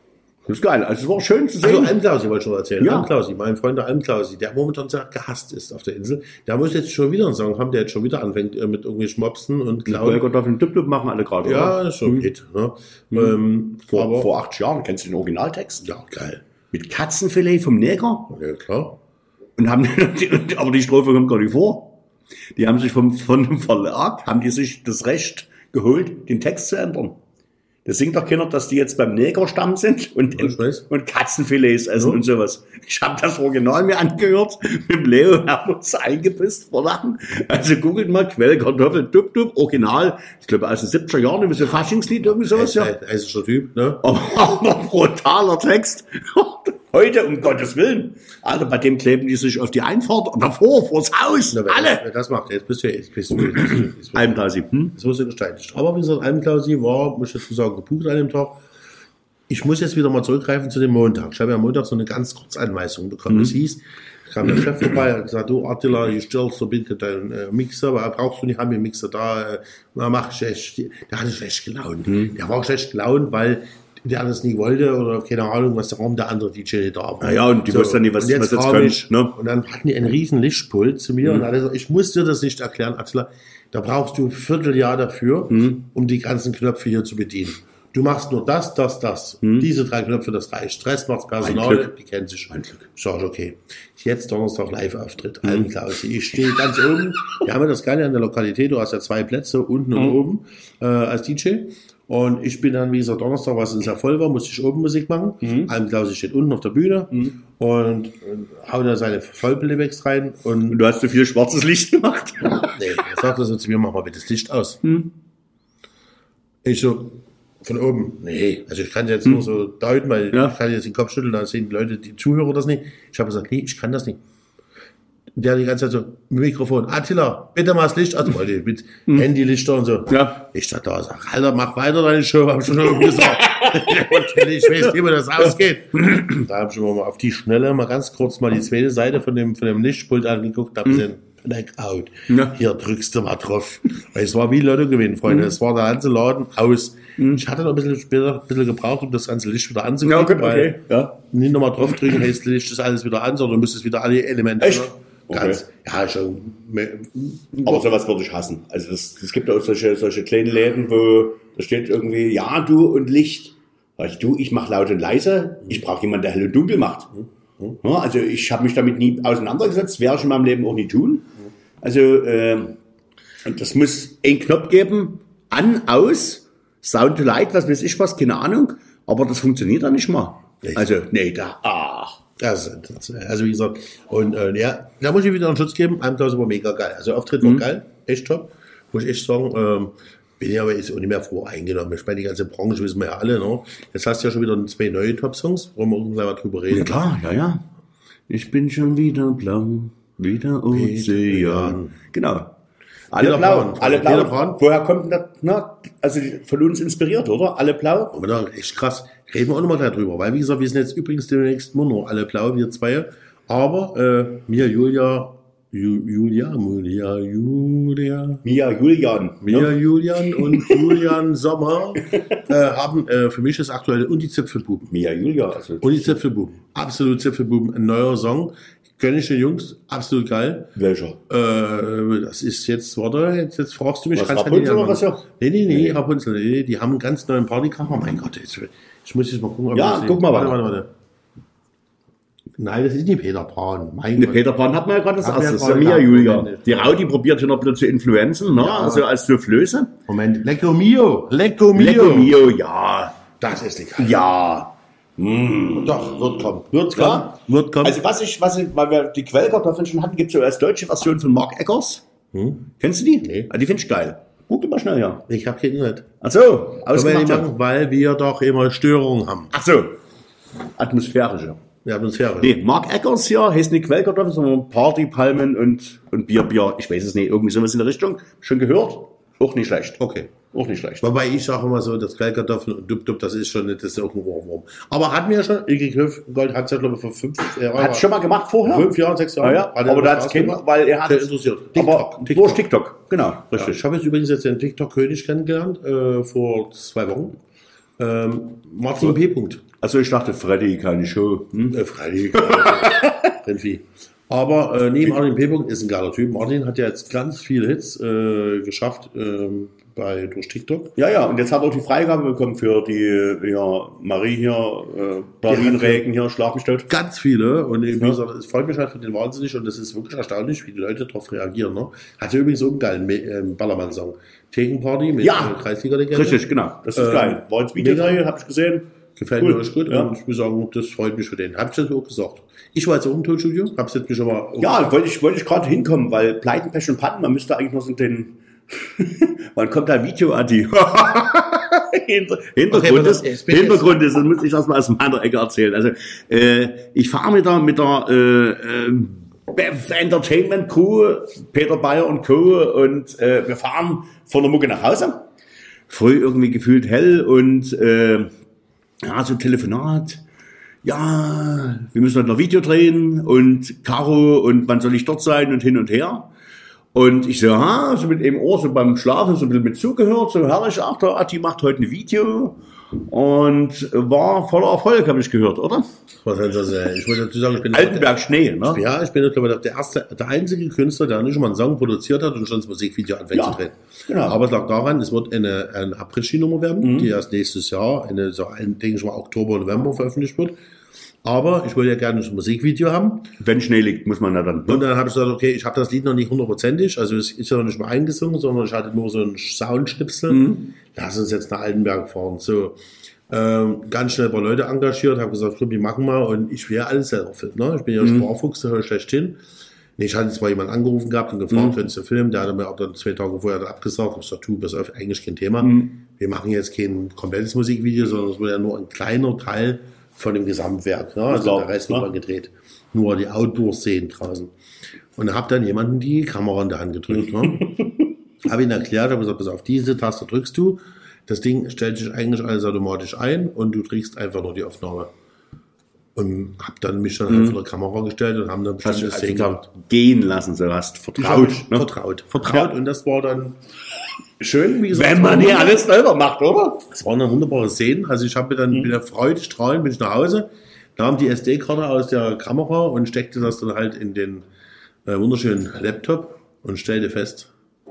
[SPEAKER 5] Das ist geil. Also es war schön zu
[SPEAKER 4] Also
[SPEAKER 5] sehen.
[SPEAKER 4] Almklausi wollte ich schon erzählen.
[SPEAKER 5] Ja.
[SPEAKER 4] Almklausi, mein Freund der Almklausi, der momentan sehr gehasst ist auf der Insel. Der muss jetzt schon wieder einen Song haben, der jetzt schon wieder anfängt mit irgendwelchen Mopsen und Klauen.
[SPEAKER 5] Quellkartoffeln Dip machen alle gerade.
[SPEAKER 4] Ja,
[SPEAKER 5] oder?
[SPEAKER 4] das ist schon ein Hit. Ne? Aber
[SPEAKER 5] Vor 8 Jahren, kennst du den Originaltext?
[SPEAKER 4] ja, geil.
[SPEAKER 5] Mit Katzenfilet vom Neger.
[SPEAKER 4] Ja, klar.
[SPEAKER 5] Und haben, aber die Strophe kommt gar nicht vor. Die haben sich von dem Verlag, haben die sich das Recht geholt, den Text zu ändern. Das singt doch keiner, dass die jetzt beim Negerstamm sind und Katzenfilets essen und sowas. Ich habe das Original mir angehört. Mit Leo haben wir uns eingepisst vor Lachen. Also googelt mal Quellkartoffel, Dub, Original. Ich glaube aus den 70er Jahren, so ein Faschingslied, irgendwie sowas. Ja.
[SPEAKER 4] Eisischer Typ, ne?
[SPEAKER 5] Aber brutaler Text. Heute, um Gottes Willen. Alter, bei dem kleben die sich auf die Einfahrt davor, vors Haus.
[SPEAKER 4] Na,
[SPEAKER 5] Alle.
[SPEAKER 4] Wer das macht, jetzt bist du.
[SPEAKER 5] Almklausi.
[SPEAKER 4] Das musst du gestalten. Aber wie gesagt, Almklausi war, muss ich dazu sagen, gebucht an dem Tag. Ich muss jetzt wieder mal zurückgreifen zu dem Montag. Ich habe ja am Montag so eine ganz kurze Anweisung bekommen. Das hieß, kam der Chef vorbei und gesagt, du Attila, ich stellst so bitte deinen Mixer, aber brauchst du nicht, haben wir einen Mixer da, mach ich echt. Der hatte schlecht gelaunt. Der war schlecht gelaunt, weil der das nie wollte oder keine Ahnung, was der andere DJ da war.
[SPEAKER 5] Ja, und die wussten dann nicht, was jetzt kommt. Ne?
[SPEAKER 4] Und dann hatten die einen riesen Lichtpult zu mir und hat gesagt, ich muss dir das nicht erklären, Attila, da brauchst du ein Vierteljahr dafür, um die ganzen Knöpfe hier zu bedienen. Du machst nur das. Diese 3 Knöpfe, das reicht. Stress macht's Personal, die kennen sich. Ich sage, okay. Jetzt Donnerstag Live-Auftritt. Almklausi. Ich stehe ganz oben. Wir haben ja das Geile an der Lokalität. Du hast ja 2 Plätze, unten und oben, als DJ. Und ich bin dann, wie gesagt, Donnerstag, was sehr voll war, musste ich oben Musik machen. Almklausi steht unten auf der Bühne und haut da seine Vollplaybacks rein. Und
[SPEAKER 5] du hast so viel schwarzes Licht gemacht.
[SPEAKER 4] nee, er sagt so zu mir, mach mal bitte das Licht aus. Ich so, von oben, nee, also ich kann jetzt nur so deuten, weil ich kann jetzt den Kopf schütteln, da sehen die Leute, die Zuhörer das nicht. Ich habe gesagt, nee, ich kann das nicht. Und der die ganze Zeit so, mit Mikrofon, Attila, bitte mal das Licht aus, mit Handylichter und so.
[SPEAKER 5] Ja.
[SPEAKER 4] Ich dachte da, sag, Alter, mach weiter deine Show, hab schon gesagt. Ich weiß nicht, wie das ausgeht. Da habe ich mal auf die Schnelle mal ganz kurz mal die zweite Seite von dem Lichtpult angeguckt, hab gesehen, Blackout. Ja. Hier drückst du mal drauf. Weil es war wie Lotto gewinnen, Freunde. Es war der ganze Laden aus. Ich hatte noch ein bisschen gebraucht, um das ganze Licht wieder anzukriegen.
[SPEAKER 5] Ja, okay. Ja.
[SPEAKER 4] Nicht nochmal drauf drücken, heißt Licht ist alles wieder an, sondern du müsstest wieder alle Elemente.
[SPEAKER 5] Echt?
[SPEAKER 4] Ganz, ja, schon.
[SPEAKER 5] Aber sowas würde ich hassen. Also es gibt auch solche kleinen Läden, wo da steht irgendwie, ja, du und Licht. Sag ich, du, ich mache laut und leise. Ich brauche jemanden, der hell und dunkel macht. Ja, also ich habe mich damit nie auseinandergesetzt, werde ich in meinem Leben auch nie tun. Also das muss einen Knopf geben, an, aus, Sound to Light, was weiß ich was, keine Ahnung. Aber das funktioniert dann nicht mal. Also, nee,
[SPEAKER 4] also wie gesagt, und ja, da muss ich wieder einen Schutz geben. Almklausi war mega geil. Also Auftritt war geil, echt top. Muss ich echt sagen, bin ja aber jetzt auch nicht mehr voreingenommen. Ich meine, die ganze Branche wissen wir ja alle, ne? Jetzt hast du ja schon wieder 2 neue Top-Songs, wollen wir irgendwann mal drüber reden.
[SPEAKER 5] Ja, klar, ja. Ich bin schon wieder blau, wieder Ozean. Genau. Alle blau. Woher kommt denn das? Na, also von uns inspiriert, oder? Alle blau?
[SPEAKER 4] Aber dann, echt krass. Reden wir auch nochmal darüber, weil wie gesagt, wir sind jetzt übrigens demnächst nur noch alle blau, wir 2. Aber Mia Julian und Julian Sommer haben für mich das aktuelle und die Zipfelbuben.
[SPEAKER 5] Mia Julia. Also
[SPEAKER 4] und die Zipfelbuben. Absolut Zipfelbuben. Ein neuer Song. Gönn ich den Jungs. Absolut geil.
[SPEAKER 5] Welcher?
[SPEAKER 4] Das ist jetzt, warte, jetzt fragst du mich.
[SPEAKER 5] Was, Rapunzel oder was ja?
[SPEAKER 4] Nee, Rapunzel. Nee, die haben einen ganz neuen Partykracher. Mein Gott, ich muss jetzt mal gucken. Ob
[SPEAKER 5] ja, guck mal.
[SPEAKER 4] Warte. Nein, das ist nicht Peter Pan.
[SPEAKER 5] Peter Pan hat man ja gerade das erste. Das ist ja Mia Julia. Die Raudi probiert hier noch ein bisschen zu influenzen, ne? Ja. Also als Soufflöse.
[SPEAKER 4] Moment, Lecco Mio,
[SPEAKER 5] ja.
[SPEAKER 4] Das ist nicht.
[SPEAKER 5] Ja.
[SPEAKER 4] Doch, wird kommen.
[SPEAKER 5] Also was ich, weil wir die Quellkartoffeln schon hatten, gibt es so als deutsche Version von Mark Eggers. Kennst du die?
[SPEAKER 4] Nee.
[SPEAKER 5] Die finde ich geil. Guck mal schnell, ja.
[SPEAKER 4] Ich habe kein Internet.
[SPEAKER 5] Ach so,
[SPEAKER 4] ausgemacht. Weil wir doch immer Störungen haben.
[SPEAKER 5] Ach so, atmosphärische.
[SPEAKER 4] Ja, Atmosphäre.
[SPEAKER 5] Nee, Mark Eggers hier heißt nicht Quellkartoffeln, sondern Party, Palmen und Bier. Ich weiß es nicht, irgendwie sowas in der Richtung. Schon gehört? Auch nicht schlecht.
[SPEAKER 4] Okay.
[SPEAKER 5] Auch nicht schlecht.
[SPEAKER 4] Wobei ich sage immer so, das Quellkartoffeln und Dub, das ist schon nicht, das ist auch ein Ohrwurm. Aber hatten wir ja schon, Iggy Gold hat es ja, glaube ich, vor 5 Jahren.
[SPEAKER 5] Hat es schon mal gemacht vorher?
[SPEAKER 4] 5 Jahren, 6 Jahren.
[SPEAKER 5] Ja. Aber da hat es keinen, weil er hat
[SPEAKER 4] es interessiert.
[SPEAKER 5] Durch TikTok. Genau, richtig.
[SPEAKER 4] Ja, ich habe jetzt übrigens den TikTok-König kennengelernt, vor 2 Wochen. Martin P.
[SPEAKER 5] Also ich dachte, Freddy, keine Show.
[SPEAKER 4] Freddy. Irgendwie. Aber nee, Martin P. ist ein geiler Typ. Martin hat ja jetzt ganz viele Hits geschafft durch TikTok.
[SPEAKER 5] Ja, und jetzt hat er auch die Freigabe bekommen für die Marie hier, Berlin-Regen hier, Schlag mich tot.
[SPEAKER 4] Ganz viele. Und wie gesagt, es freut mich halt für den wahnsinnig und das ist wirklich erstaunlich, wie die Leute darauf reagieren. Ne? Hat ja übrigens so einen geilen Ballermann-Song. Thekenparty mit Kreisliga-Legende.
[SPEAKER 5] Richtig, genau. Das ist geil. War ins Videodreh, habe ich gesehen.
[SPEAKER 4] Gefällt mir richtig gut. Ja. Und ich muss sagen, das freut mich für den. Hab ich das auch gesagt. Ich war jetzt auch im Tonstudio. Hab's jetzt mich schon mal.
[SPEAKER 5] Ja, wollte ich gerade hinkommen, weil Pleiten, Pech und Pannen, man müsste eigentlich noch so den. Wann kommt da Video, Adi? Hintergrund ist, das muss ich erstmal aus meiner Ecke erzählen. Also, ich fahre mit der Entertainment Crew, Peter Bayer und Co. und wir fahren von der Mucke nach Hause. Früh irgendwie gefühlt hell und so ein Telefonat. Ja, wir müssen heute noch Video drehen und Caro und wann soll ich dort sein und hin und her. Und ich so, so mit dem Ohr so beim Schlafen so ein bisschen mit zugehört, so herrlich, ach, der Atti macht heute ein Video und war voller Erfolg, habe ich gehört, oder?
[SPEAKER 4] Was heißt das? Ich wollte dazu sagen, ich bin
[SPEAKER 5] Altenberg Schnee, ne?
[SPEAKER 4] Ja, ich bin, glaube ich, der einzige Künstler, der nicht schon mal einen Song produziert hat und schon das Musikvideo anfängt zu drehen. Genau. Aber es lag daran, es wird eine Après-Ski-Nummer werden, die erst nächstes Jahr, denke ich mal, Oktober, November veröffentlicht wird. Aber ich wollte ja gerne ein Musikvideo haben.
[SPEAKER 5] Wenn Schnee liegt, muss man da dann.
[SPEAKER 4] Und dann habe ich gesagt, okay, ich habe das Lied noch nicht 100%ig, also es ist ja noch nicht mal eingesungen, sondern ich hatte nur so einen Soundschnipsel. Lass uns jetzt nach Altenberg fahren. So, ganz schnell ein paar Leute engagiert, habe gesagt, wir machen mal und ich will ja alles selber filmen. Ne? Ich bin ja Sparfuchs, da höre ich schlechthin. Nee, ich hatte zwar jemanden angerufen gehabt und gefragt, wenn es zu filmen, der hat mir auch dann 2 Tage vorher dann abgesagt. Ich gesagt, pass auf, eigentlich kein Thema. Wir machen jetzt kein komplettes Musikvideo, sondern es wird ja nur ein kleiner Teil von dem Gesamtwerk. Ne? Also der Rest wird dann gedreht. Nur die Outdoor-Szenen draußen. Und habe dann jemanden die Kamera in der Hand gedrückt. Ne? Habe ihn erklärt, habe gesagt, pass auf, diese Taste drückst du. Das Ding stellt sich eigentlich alles automatisch ein und du drückst einfach nur die Aufnahme. Und habe dann mich dann vor der Kamera gestellt und haben dann bestimmte Szenen gehabt.
[SPEAKER 5] Gehen lassen, so hast vertraut.
[SPEAKER 4] Vertraut. Ja. Und das war dann schön, wie gesagt.
[SPEAKER 5] Wenn man hier alles selber macht, oder?
[SPEAKER 4] Es waren dann wunderbare Szenen. Also ich habe dann wieder freudestrahlend bin ich nach Hause, nahm die SD-Karte aus der Kamera und steckte das dann halt in den wunderschönen Laptop und stellte fest,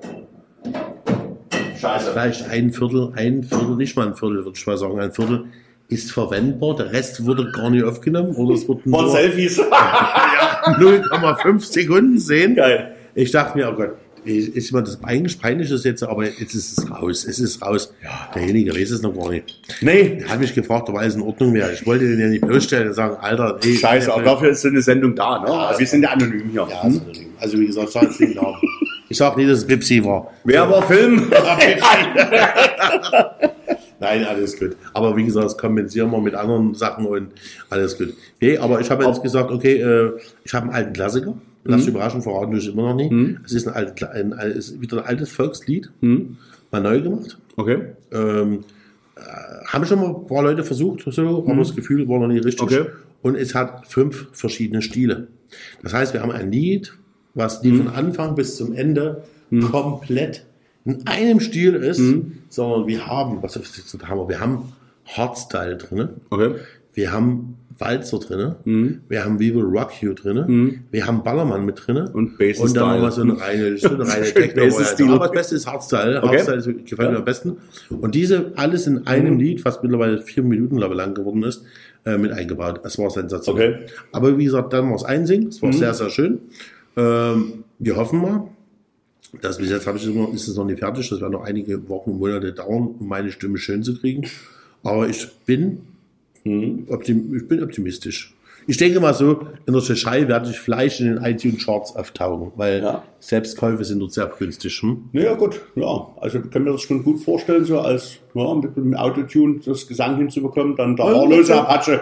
[SPEAKER 5] Scheiße.
[SPEAKER 4] Vielleicht ein Viertel, nicht mal ein Viertel, würde ich mal sagen, ein Viertel ist verwendbar, der Rest wurde gar nicht aufgenommen oder es wird nur
[SPEAKER 5] Selfies.
[SPEAKER 4] 0,5 Sekunden sehen.
[SPEAKER 5] Geil.
[SPEAKER 4] Ich dachte mir, oh Gott, ist mir das eigentlich peinlich ist jetzt, aber jetzt ist es raus. Es ist raus. Ja, derjenige weiß es noch gar nicht.
[SPEAKER 5] Nee.
[SPEAKER 4] Der hat mich gefragt, ob alles in Ordnung wäre. Ich wollte den ja nicht bloßstellen und sagen, Alter, ey.
[SPEAKER 5] Scheiße, aber dafür ist so eine Sendung da, ne? Ja, wir sind ja anonym hier.
[SPEAKER 4] Ja, anonym. Also wie gesagt, ich sag nicht, dass es Pepsi war.
[SPEAKER 5] Wer war Film?
[SPEAKER 4] Nein, alles gut. Aber wie gesagt, das kompensieren wir mit anderen Sachen und alles gut. Okay, aber ich habe jetzt gesagt, okay, ich habe einen alten Klassiker. Lass dich überraschen, verraten wir es immer noch nicht. Es ist ist wieder ein altes Volkslied, mal neu gemacht.
[SPEAKER 5] Okay.
[SPEAKER 4] Haben schon mal ein paar Leute versucht, so, aber das Gefühl war noch nicht richtig.
[SPEAKER 5] Okay.
[SPEAKER 4] Und es hat 5 verschiedene Stile. Das heißt, wir haben ein Lied, was die von Anfang bis zum Ende komplett in einem Stil ist, sondern wir haben, wir haben Hardstyle drin,
[SPEAKER 5] okay.
[SPEAKER 4] Wir haben Walzer drin, wir haben We Will Rock You drin, wir haben Ballermann mit drin
[SPEAKER 5] und
[SPEAKER 4] dann haben wir so eine reine Techno. Aber das Beste ist Hardstyle. Okay. Hardstyle gefällt mir am besten. Und diese alles in einem Lied, was mittlerweile 4 Minuten lang geworden ist, mit eingebaut. Es war sensationell. Okay. Aber wie gesagt, dann war es einsingen. Es war sehr, sehr schön. Wir hoffen mal, dass bis jetzt ist es noch nicht fertig. Das wird noch einige Wochen und Monate dauern, um meine Stimme schön zu kriegen. Aber ich bin optimistisch. Ich denke mal so, in der Tschechei werde ich vielleicht in den iTunes-Charts auftauchen, weil Selbstkäufe sind dort sehr günstig.
[SPEAKER 5] Ja gut, ja. Also ich kann mir das schon gut vorstellen, so als mit dem Autotune das Gesang hinzubekommen, dann der haarlose Apache.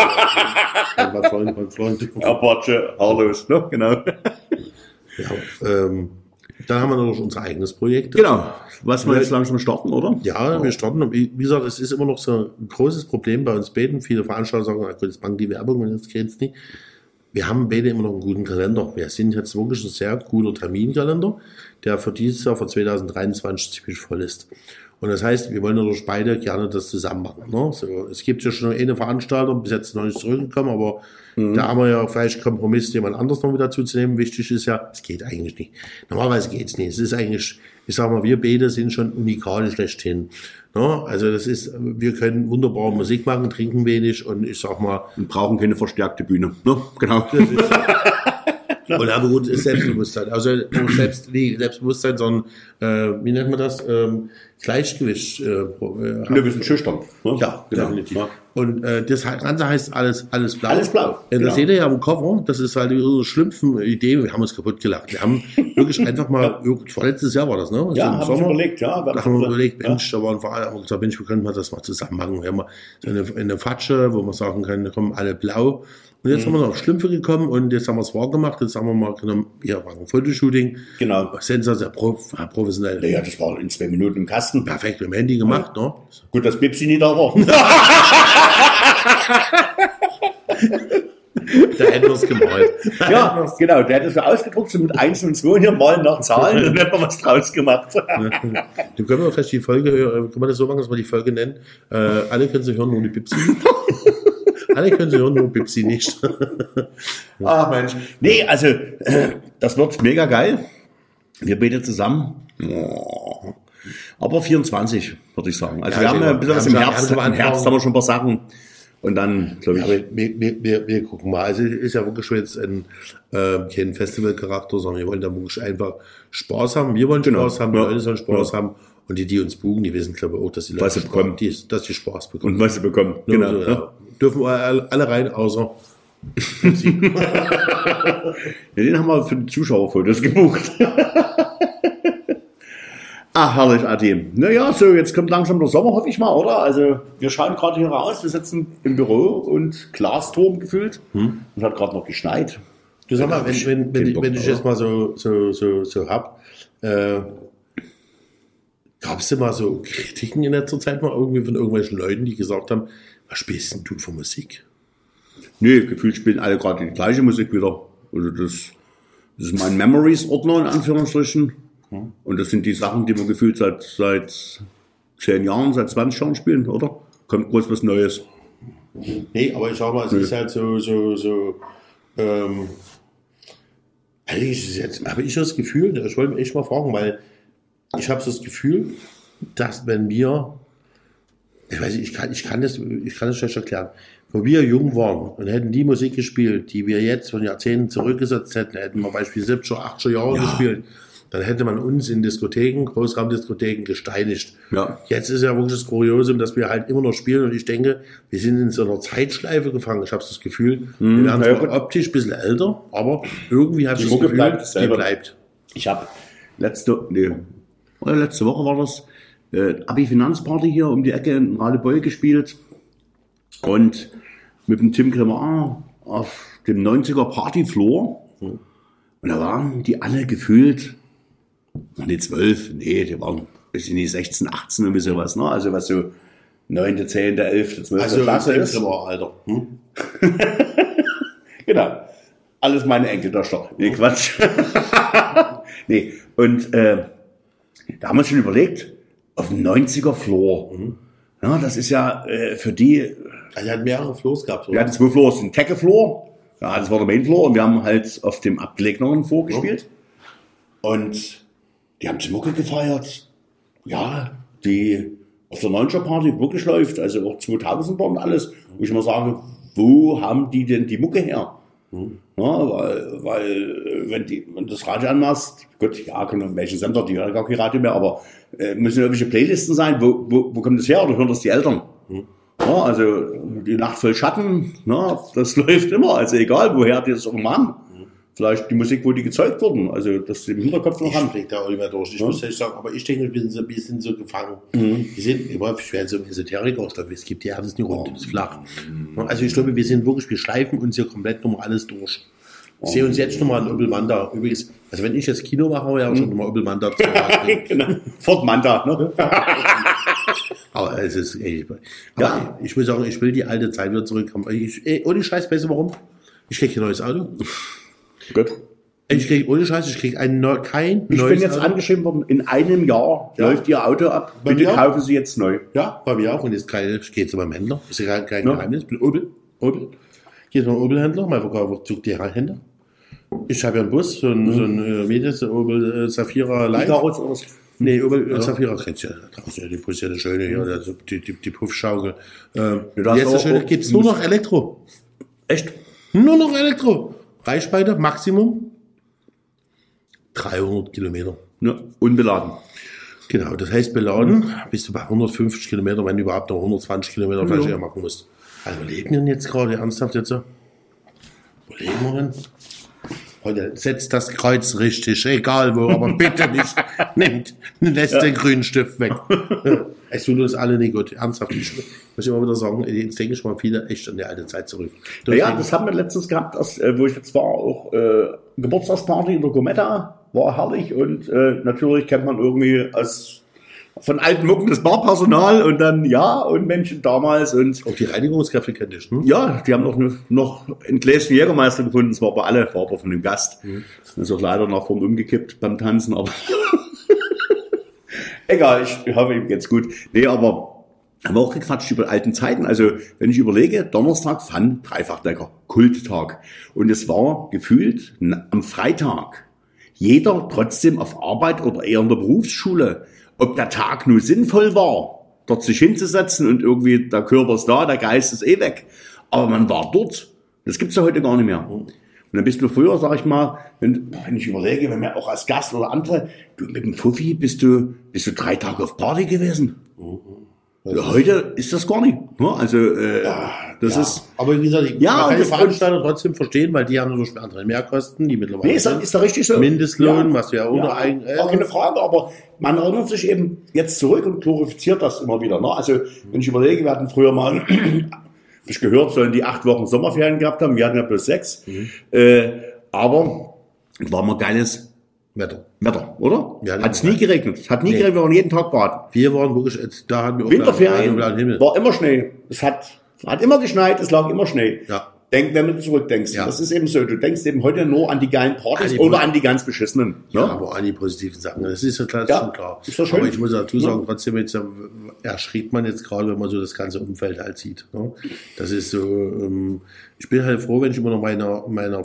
[SPEAKER 4] Mein Freund.
[SPEAKER 5] Apache, haarlos, ne? Genau.
[SPEAKER 4] Ja, dann haben wir noch unser eigenes Projekt.
[SPEAKER 5] Genau. Was wir jetzt langsam starten, oder?
[SPEAKER 4] Ja, wir starten. Wie gesagt, es ist immer noch so ein großes Problem bei uns beiden. Viele Veranstalter sagen, jetzt machen die Werbung und jetzt geht's nicht. Wir haben beide immer noch einen guten Kalender. Wir sind jetzt wirklich ein sehr guter Terminkalender, der für dieses Jahr, für 2023 ziemlich voll ist. Und das heißt, wir wollen natürlich beide gerne das zusammen machen. Ne? So, es gibt ja schon eine Veranstaltung, bis jetzt noch nicht zurückgekommen, aber da haben wir ja vielleicht Kompromiss, jemand anderes noch mit dazu zu nehmen. Wichtig ist ja, es geht eigentlich nicht. Normalerweise geht's nicht. Es ist eigentlich, ich sag mal, wir beide sind schon Unikale schlechthin. Ne? Also das ist, wir können wunderbar Musik machen, trinken wenig und ich sag mal,
[SPEAKER 3] Und brauchen keine verstärkte Bühne. Ne? Genau.
[SPEAKER 4] und haben gutes Selbstbewusstsein. Also Selbstbewusstsein, sondern, wie nennt man das? Gleichgewicht.
[SPEAKER 5] Wir sind schüchtern. Ne?
[SPEAKER 4] Ja, definitiv.
[SPEAKER 5] Ja.
[SPEAKER 4] Und das Ganze heißt alles blau.
[SPEAKER 5] Alles blau,
[SPEAKER 4] Das
[SPEAKER 5] genau.
[SPEAKER 4] seht ihr ja am Cover. Das ist halt unsere schlimmste Idee. Wir haben uns kaputt gelacht. Wir haben wirklich einfach mal, vorletztes Jahr war das, ne?
[SPEAKER 5] Ja,
[SPEAKER 4] im
[SPEAKER 5] haben wir überlegt, ja.
[SPEAKER 4] Da haben wir überlegt, Mensch, da waren wir alle, haben wir gesagt, Mensch, wir können mal das mal zusammen machen. Wir haben mal so eine Fatsche, wo man sagen kann, da kommen alle blau. Und jetzt haben wir noch auf Schlümpfe gekommen und jetzt haben wir es wahr gemacht. Jetzt haben wir mal genommen, wir machen ein Fotoshooting.
[SPEAKER 5] Genau.
[SPEAKER 4] Sensationell, professionell.
[SPEAKER 5] Ja, das war in 2 Minuten im Kasten.
[SPEAKER 4] Perfekt, mit dem Handy gemacht, ne?
[SPEAKER 5] Gut, dass Bipsi nicht da war.
[SPEAKER 4] Da hätten wir es gemalt.
[SPEAKER 5] Ja, genau. Der hat es so ausgedruckt, so mit 1 und 2 und hier malen nach Zahlen und dann hat man was draus gemacht.
[SPEAKER 4] Dann können wir vielleicht die Folge, können wir das so machen, dass wir die Folge nennen? Alle können sie hören, nur die Bipsi. Alle können sie hören, nur Bipsi nicht.
[SPEAKER 5] Ach Mensch. Nee, also, das wird mega geil. Wir beide zusammen. Oh. Aber 24, würde ich sagen. Also
[SPEAKER 4] Ja,
[SPEAKER 5] wir haben ja ein bisschen was im Herbst.
[SPEAKER 4] haben
[SPEAKER 5] Im Herbst haben wir schon ein paar Sachen. Und dann, glaube ich.
[SPEAKER 4] Aber wir gucken mal. Also ist ja wirklich schon jetzt kein Festivalcharakter, sondern wir wollen da wirklich einfach Spaß haben. Wir wollen Spaß haben, die Leute sollen Spaß haben. Und die uns buchen, die wissen, glaube ich, auch, dass die Leute
[SPEAKER 5] Was sie bekommen.
[SPEAKER 4] dass die Spaß bekommen.
[SPEAKER 5] Und was sie bekommen.
[SPEAKER 4] Genau.
[SPEAKER 5] Genau.
[SPEAKER 4] So, ja. Dürfen alle rein, außer Bipsi.
[SPEAKER 5] Ja, den haben wir für die Zuschauerfotos gebucht. Ach, herrlich, Adi. Naja, so, jetzt kommt langsam der Sommer, hoffe ich mal, oder? Also, wir schauen gerade hier raus, wir sitzen im Büro und Glasturm gefüllt. Und hat gerade noch geschneit.
[SPEAKER 4] Du sag mal, wenn ich jetzt mal so hab, gab es denn mal so Kritiken in letzter Zeit mal irgendwie von irgendwelchen Leuten, die gesagt haben, was spielst denn du für Musik?
[SPEAKER 3] Nee, gefühlt spielen alle gerade die gleiche Musik wieder. Also das ist mein Memories-Ordner in Anführungsstrichen. Und das sind die Sachen, die wir gefühlt seit 10 Jahren, seit 20 Jahren spielen, oder? Kommt groß was Neues.
[SPEAKER 4] Nee, aber ich sag mal, es ist halt eigentlich ist es jetzt, habe ich das Gefühl, ich wollte mich echt mal fragen, weil ich habe so das Gefühl, dass wenn wir, ich weiß nicht, ich kann das schlecht erklären, wo wir jung waren und hätten die Musik gespielt, die wir jetzt von Jahrzehnten zurückgesetzt hätten wir beispielsweise 70er, 80er Jahre gespielt, dann hätte man uns in Diskotheken, Großraumdiskotheken gesteinigt.
[SPEAKER 3] Ja.
[SPEAKER 4] Jetzt ist ja wirklich das Kuriosum, dass wir halt immer noch spielen und ich denke, wir sind in so einer Zeitschleife gefangen. Ich habe das Gefühl, wir werden zwar optisch ein bisschen älter, aber irgendwie hat das Gefühl, die bleibt.
[SPEAKER 3] Ich habe letzte Woche war das, Abi-Finanzparty hier um die Ecke in Radebeul gespielt und mit dem Tim Cremar auf dem 90er Partyfloor. Und da waren die alle gefühlt, noch nicht 12, nee, die waren bis in die 16, 18 und ein bisschen was, ne? Also was so 9., 10., 11., 12.
[SPEAKER 4] Also
[SPEAKER 3] Klasse ist.
[SPEAKER 4] Alter.
[SPEAKER 3] Genau. Alles meine Enkeltochter. Nee, Quatsch. Nee, und da haben wir uns schon überlegt, auf dem 90er Floor. Ja, das ist ja für die.
[SPEAKER 4] Also er hat mehrere Floors gehabt, oder?
[SPEAKER 3] Wir hatten 2 Floors, ein Tecke-Floor. Ja, das war der Main-Floor und wir haben halt auf dem abgelegeneren Floor gespielt. Und die haben die Mucke gefeiert. Ja, die auf der 90er Party wirklich läuft, also auch 2000er und alles. Wo ich immer sage, wo haben die denn die Mucke her? Ja, weil wenn du das Radio anmachst, gut, ja, können welche Sender, die hören gar kein Radio mehr, aber müssen irgendwelche Playlisten sein, wo kommt das her oder hören das die Eltern? Ja, also die Nacht voll Schatten, na, das läuft immer, also egal woher die das auch immer haben. Vielleicht die Musik, wo die gezeugt wurden, also dass sie im Hinterkopf noch haben.
[SPEAKER 4] Ich blick da auch nicht mehr durch. Ich muss ehrlich sagen, aber ich denke, wir sind so gefangen. Wir sind immer schwer so Esoteriker. Ich glaube, es gibt die Erde ist nicht rund, es ist flach. Also ich glaube, wir schleifen uns hier komplett nochmal alles durch. Ich sehe uns jetzt nochmal in Opel Manta. Übrigens, also wenn ich jetzt Kino mache, habe ich auch schon nochmal Opel Manta zu
[SPEAKER 3] Genau. Ford Manta, ne?
[SPEAKER 4] Aber es ist, ich muss sagen, ich will die alte Zeit wieder zurückkommen. Ohne Scheiß, weißt du warum? Ich kriege ein neues Auto.
[SPEAKER 3] Gut.
[SPEAKER 4] Ich krieg, ohne Scheiß, ich krieg kein neues
[SPEAKER 5] Ich bin jetzt angeschrieben worden, in einem Jahr läuft Ihr Auto ab.
[SPEAKER 4] Bei
[SPEAKER 5] Bitte
[SPEAKER 4] mir auch?
[SPEAKER 5] kaufen Sie jetzt neu.
[SPEAKER 4] Ja, bei mir auch. Und jetzt ich gehe zu meinem Händler. Ist ja kein Geheimnis. Ich bin Opel. Gehe zu meinem Opel-Händler. Mein Verkäufer sucht die Händler. Ich habe ja einen Bus, so ein Medias, Opel Zafira Live. Nee, Opel Zafira kennst du ja. Die Bus ist ja eine schöne hier, also die Puffschaukel. Jetzt das Schöne, gibt's nur noch Elektro.
[SPEAKER 5] Echt?
[SPEAKER 4] Nur noch Elektro. Reichweite, Maximum 300 Kilometer.
[SPEAKER 5] Ja, unbeladen.
[SPEAKER 4] Genau, das heißt beladen, bist du bei 150 Kilometer, wenn du überhaupt noch 120 Kilometer vielleicht eher machen musst. Also überlegen wir denn jetzt gerade ernsthaft jetzt so? Überlegen wir denn? Heute setzt das Kreuz richtig, egal wo, aber bitte nicht, lässt den grünen Stift weg. Es tut uns alle nicht gut, ernsthaft. Ich muss immer wieder sagen, jetzt denke ich mal viele echt an die alte Zeit zurück.
[SPEAKER 5] Ja, das haben wir letztens gehabt, wo ich jetzt war, auch Geburtstagsparty in der Gometta, war herrlich und natürlich kennt man irgendwie von alten Mucken das Barpersonal und dann, und Menschen damals und...
[SPEAKER 4] Auch die Reinigungskräfte kennt ich, ne?
[SPEAKER 5] Ja, die haben noch ein Gläschen Jägermeister gefunden, das war aber alle, war aber von dem Gast. Das ist auch leider nach vorne umgekippt beim Tanzen, aber... Egal, ich hoffe, ihm geht's gut. Nee, aber haben wir auch gequatscht über alten Zeiten. Also, wenn ich überlege, Donnerstag Fun, Dreifachdecker, Kulttag. Und es war gefühlt am Freitag jeder trotzdem auf Arbeit oder eher in der Berufsschule. Ob der Tag nur sinnvoll war, dort sich hinzusetzen und irgendwie der Körper ist da, der Geist ist eh weg. Aber man war dort. Das gibt's ja heute gar nicht mehr. Und dann bist du früher, sag ich mal, wenn ich überlege, wenn wir auch als Gast oder andere, du mit dem Fuffi bist du 3 Tage auf Party gewesen. Ja, heute ist das gar nicht. Ja, also das ist.
[SPEAKER 4] Aber wie gesagt, man kann die
[SPEAKER 5] das
[SPEAKER 4] Veranstalter trotzdem verstehen, weil die haben natürlich andere Mehrkosten, die mittlerweile
[SPEAKER 5] ist da richtig so.
[SPEAKER 4] Mindestlohn, was wir ja unter
[SPEAKER 5] auch keine Frage, aber man erinnert sich eben jetzt zurück und glorifiziert das immer wieder. Ne? Also wenn ich überlege, wir hatten früher mal, ich gehört, sollen die 8 Wochen Sommerferien gehabt haben, wir hatten ja bloß 6. Aber war mal geiles Wetter, oder?
[SPEAKER 4] Ja,
[SPEAKER 5] hat es nie geregnet. Es hat nie geregnet, wir waren jeden Tag baden.
[SPEAKER 4] Wir waren wirklich, da hatten wir auch
[SPEAKER 5] Winterferien, war immer Schnee. Es hat immer geschneit, es lag immer Schnee.
[SPEAKER 4] Ja.
[SPEAKER 5] Wenn du zurückdenkst.
[SPEAKER 4] Ja.
[SPEAKER 5] Das ist eben so. Du denkst eben heute nur an die geilen Partys oder an die ganz beschissenen.
[SPEAKER 4] Ja,
[SPEAKER 5] Ne?
[SPEAKER 4] aber an die positiven Sachen. Das ist ja klar, schon klar.
[SPEAKER 5] Ist doch schön.
[SPEAKER 4] Aber ich muss dazu sagen, trotzdem jetzt erschrickt man jetzt gerade, wenn man so das ganze Umfeld halt sieht. Ne? Das ist so, ich bin halt froh, wenn ich immer noch meiner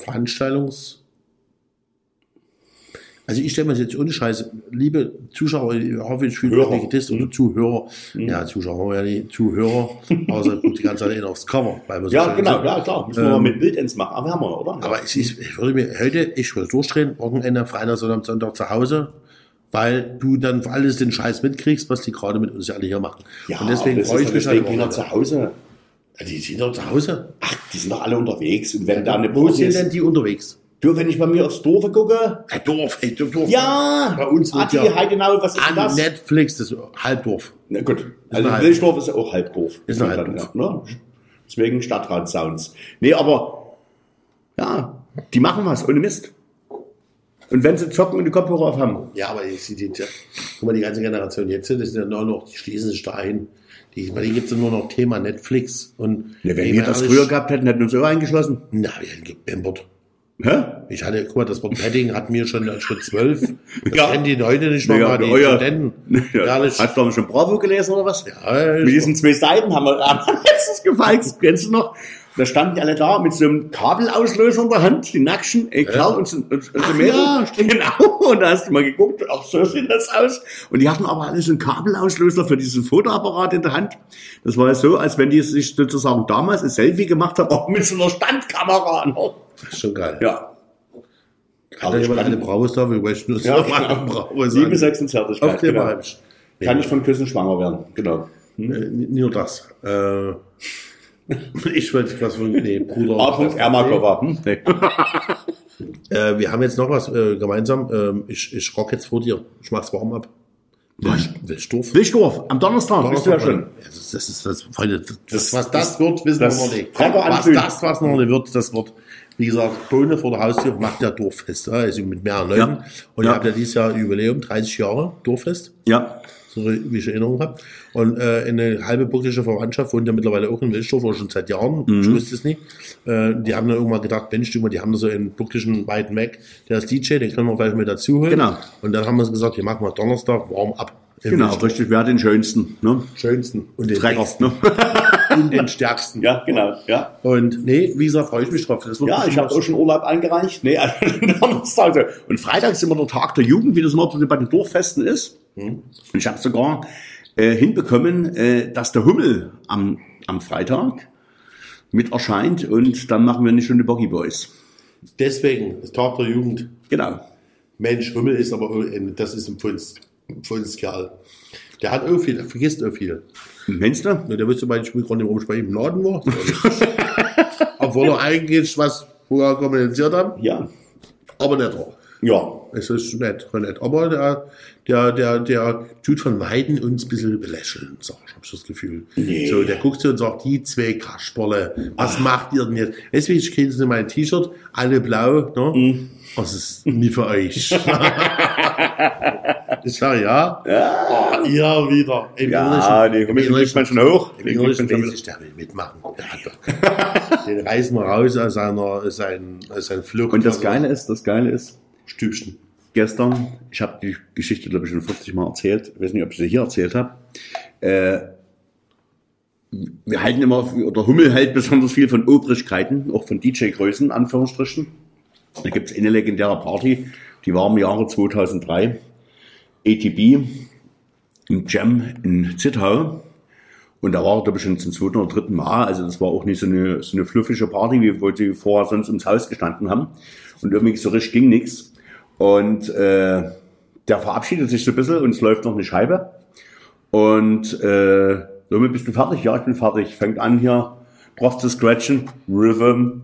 [SPEAKER 4] Also ich stelle mir das jetzt ohne Scheiß, liebe Zuschauer, ich hoffe, ich fühle mich nicht gedisst, oder Zuhörer, ja, Zuschauer, ja, die Zuhörer, außer gut, die ganze Zeit aufs Cover. Weil wir so
[SPEAKER 5] Genau, ja, klar, müssen wir mal mit Bildends machen, aber haben wir, oder?
[SPEAKER 4] Aber ich würde durchdrehen, Wochenende, Freitag oder am Sonntag zu Hause, weil du dann für alles den Scheiß mitkriegst, was die gerade mit uns alle hier machen.
[SPEAKER 5] Ja,
[SPEAKER 4] und deswegen freue ich mich halt
[SPEAKER 5] Kinder zu Hause.
[SPEAKER 4] Ja, die sind doch zu Hause.
[SPEAKER 5] Ach, die sind doch alle unterwegs. Und wenn da eine
[SPEAKER 4] Wo
[SPEAKER 5] Party
[SPEAKER 4] sind
[SPEAKER 5] ist,
[SPEAKER 4] denn die unterwegs?
[SPEAKER 5] du, wenn ich bei mir aufs Dorf gucke,
[SPEAKER 4] Dorf.
[SPEAKER 5] ja,
[SPEAKER 4] Bei uns wird
[SPEAKER 5] Adi,
[SPEAKER 4] ja
[SPEAKER 5] Heidenau, was ist denn
[SPEAKER 4] an
[SPEAKER 5] das?
[SPEAKER 4] Netflix, das ist Halbdorf.
[SPEAKER 5] Na gut, also
[SPEAKER 4] ein
[SPEAKER 5] Wilsdorf ist ja auch Halbdorf.
[SPEAKER 4] Ist ein Halbdorf.
[SPEAKER 5] Ne? Deswegen Stadtrat-Sounds. Nee, aber ja, die machen was, ohne Mist. Und wenn sie zocken und die Kopfhörer auf haben.
[SPEAKER 4] Ja, aber guck mal, die ganze Generation jetzt, das sind ja nur noch, die schließen sich da ein. Bei denen gibt es ja nur noch Thema Netflix. Und
[SPEAKER 5] Ja, wenn wir das früher gehabt hätten, hätten wir uns auch eingeschlossen.
[SPEAKER 4] Na, wir hätten gebimbert.
[SPEAKER 5] Hä?
[SPEAKER 4] Guck mal, das Wort Padding hat mir schon 12. Das
[SPEAKER 5] Ja.
[SPEAKER 4] kennen die heute nicht noch mal, die Studenten. Ehrlich.
[SPEAKER 5] Hast du schon Bravo gelesen oder was?
[SPEAKER 4] Ja,
[SPEAKER 5] Mit diesen 2 Seiten haben wir letztens gefallen. Kennst du noch? Da standen die alle da mit so einem Kabelauslöser in der Hand, die Nackschen, klar, und Mädel.
[SPEAKER 4] ja, stimmt.
[SPEAKER 5] Genau, und da hast du mal geguckt, ach, so sieht das aus. Und die hatten aber alle so einen Kabelauslöser für diesen Fotoapparat in der Hand. Das war so, als wenn die sich sozusagen damals ein Selfie gemacht haben, auch mit so einer Standkamera. Ne?
[SPEAKER 4] Das ist schon geil.
[SPEAKER 5] Ja.
[SPEAKER 4] Kann ich mal eine Bravo-Staffel, weil ich nur so Bravo sagen.
[SPEAKER 5] Liebe, Sex und Zärtlichkeit.
[SPEAKER 4] Auf dem
[SPEAKER 5] Genau.
[SPEAKER 4] Heimsch.
[SPEAKER 5] Kann ich von Küssen schwanger werden. Genau.
[SPEAKER 4] Nicht nur das. Ich wollte was von Bruder.
[SPEAKER 5] A. Ermakova. Nee.
[SPEAKER 4] Wir haben jetzt noch was gemeinsam. Ich rock jetzt vor dir. Ich mach's warm ab. Wilsdorf.
[SPEAKER 5] Wilsdorf, am Donnerstag, bist du ja schon.
[SPEAKER 4] Das ist das, Freunde. Was das wird, wissen wir
[SPEAKER 5] das
[SPEAKER 4] noch nicht.
[SPEAKER 5] Trefferanzug.
[SPEAKER 4] Was noch nicht wird, das wird, wie gesagt, Bohne vor der Haustür macht ja Dorffest. Also mit mehreren Leuten.
[SPEAKER 5] Ja.
[SPEAKER 4] Und ihr habt ja dieses Jahr Jubiläum, 30 Jahre Dorffest.
[SPEAKER 5] Ja.
[SPEAKER 4] so wie ich Erinnerung habe. Und eine halbe burgische Verwandtschaft wohnt ja mittlerweile auch in Wilsdorf, oder schon seit Jahren, ich wusste es nicht. Die haben dann irgendwann gedacht, Mensch, die haben da so einen burgischen weiten Mac, der ist DJ, den können wir vielleicht mit dazu holen.
[SPEAKER 3] Genau.
[SPEAKER 4] Und dann haben wir gesagt, hier machen wir Donnerstag warm ab.
[SPEAKER 3] Genau, richtig, wer hat den schönsten, ne?
[SPEAKER 4] Schönsten und den
[SPEAKER 3] Dreckigsten, ne?
[SPEAKER 4] und den stärksten.
[SPEAKER 5] Ja, genau, ja.
[SPEAKER 4] Und nee, wie gesagt, freue ich mich drauf. Das wird
[SPEAKER 5] Ja, ich habe auch schon Urlaub eingereicht. Nee,
[SPEAKER 3] Also, und Freitag ist immer der Tag der Jugend, wie das immer bei den Dorffesten ist. Und ich habe sogar hinbekommen, dass der Hummel am Freitag mit erscheint und dann machen wir eine Stunde Boggy Boys.
[SPEAKER 4] Deswegen, das Tag der Jugend.
[SPEAKER 3] Genau.
[SPEAKER 4] Mensch, Hummel ist aber, das ist ein Pfundskerl. Der hat auch viel, der vergisst auch viel.
[SPEAKER 3] Meinst du?
[SPEAKER 4] Ja, der wusste meine Spielgrund, warum ich bei ihm im Laden war. Obwohl er eigentlich was vorher kommuniziert hat.
[SPEAKER 5] ja.
[SPEAKER 4] Aber nicht auch.
[SPEAKER 5] Ja.
[SPEAKER 4] Es ist nett. Aber der tut von Weiden uns ein bisschen belächeln, sag ich, hab ich das Gefühl.
[SPEAKER 5] Nee.
[SPEAKER 4] So, der guckt so und sagt, die zwei Kasperle, was macht ihr denn jetzt? Deswegen kriegen sie mein T-Shirt, alle blau, ne? Das ist nie für euch. Ich sage, ja. Oh, ihr wieder.
[SPEAKER 5] Ja, nee, Hummel kriegt man schon hoch.
[SPEAKER 4] Im Englischen weiß ich, der will mitmachen. Der hat doch. Den reißen wir raus aus seinem Flucht.
[SPEAKER 3] Und das Geile ist,
[SPEAKER 4] Stübchen.
[SPEAKER 3] gestern, ich habe die Geschichte, glaube ich, schon 50 Mal erzählt, ich weiß nicht, ob ich sie hier erzählt habe, wir halten immer, oder Hummel hält besonders viel von Obrigkeiten, auch von DJ-Größen, Anführungsstrichen. Da gibt es eine legendäre Party, die war im Jahre 2003, ATB, im Jam in Zittau. Und da war er, glaube ich, schon zum zweiten oder dritten Mal. Also das war auch nicht so eine fluffige Party, wie wo sie vorher sonst ums Haus gestanden haben. Und irgendwie so richtig ging nichts. Und der verabschiedet sich so ein bisschen und es läuft noch eine Scheibe. Und somit bist du fertig? Ja, ich bin fertig. Fängt an hier, drauf zu scratchen. Rhythm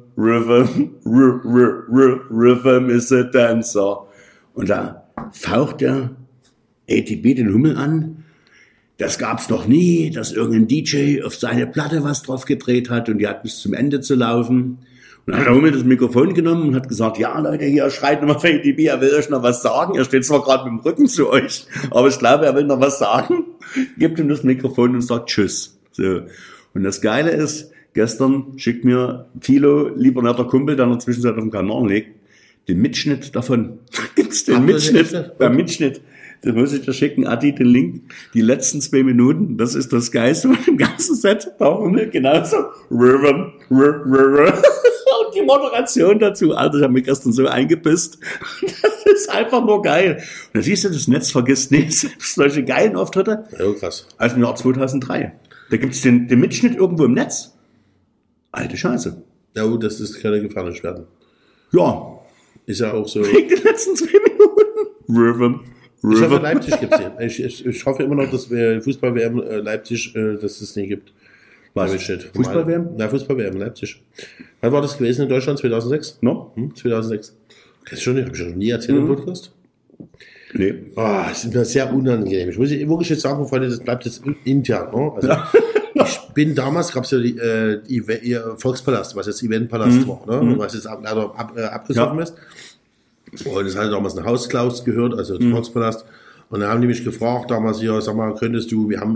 [SPEAKER 3] is a dancer. Und da faucht der ATB den Hummel an. Das gab's doch nie, dass irgendein DJ auf seine Platte was drauf gedreht hat und die hat bis zum Ende zu laufen. Und dann hat der Hummel das Mikrofon genommen und hat gesagt, ja Leute, hier schreit nochmal für ATB, er will euch noch was sagen. Er steht zwar gerade mit dem Rücken zu euch, aber ich glaube, er will noch was sagen. Gibt ihm das Mikrofon und sagt Tschüss. So. Und das Geile ist, gestern schickt mir Thilo, lieber netter Kumpel, der in der Zwischenzeit auf dem Kanal liegt, den Mitschnitt davon. Gibt's den Mitschnitt? Beim Mitschnitt. Das muss ich dir schicken, Adi, den Link. Die letzten 2 Minuten, das ist das Geilste von dem ganzen Set. Da Hummel genauso. Und die Moderation dazu, Alter, ich habe mich gestern so eingepisst. Das ist einfach nur geil. Und da siehst du, das Netz vergisst nicht selbst solche geilen Auftritte.
[SPEAKER 4] Ja, krass.
[SPEAKER 3] Als im Jahr 2003. Da gibt's den Mitschnitt irgendwo im Netz. Alte Scheiße.
[SPEAKER 4] Ja, das ist keine gefährlich werden.
[SPEAKER 3] Ja.
[SPEAKER 4] Ist ja auch so.
[SPEAKER 3] Wegen den letzten 2 Minuten.
[SPEAKER 4] Ich hoffe, Leipzig gibt's hier. Ich hoffe immer noch, dass Fußball-WM Leipzig, dass es nicht gibt.
[SPEAKER 3] Was?
[SPEAKER 4] Fußball-WM? Nein, Fußball-WM Leipzig. Wann war das gewesen in Deutschland? 2006?
[SPEAKER 3] No?
[SPEAKER 4] 2006. Das ist schon nicht, habe ich schon nie erzählt im Podcast.
[SPEAKER 3] Nee.
[SPEAKER 4] Das ist mir sehr unangenehm. Ich muss wirklich jetzt sagen, Freunde, das bleibt jetzt intern. Ne? Also, ich bin damals, gab es ja die Volkspalast, was jetzt Eventpalast war, ne? Was jetzt leider abgesoffen ist. Und es hatte damals ein Hausklaus gehört, also zum Volkspalast. Und dann haben die mich gefragt, damals hier, sag mal, könntest du, wir haben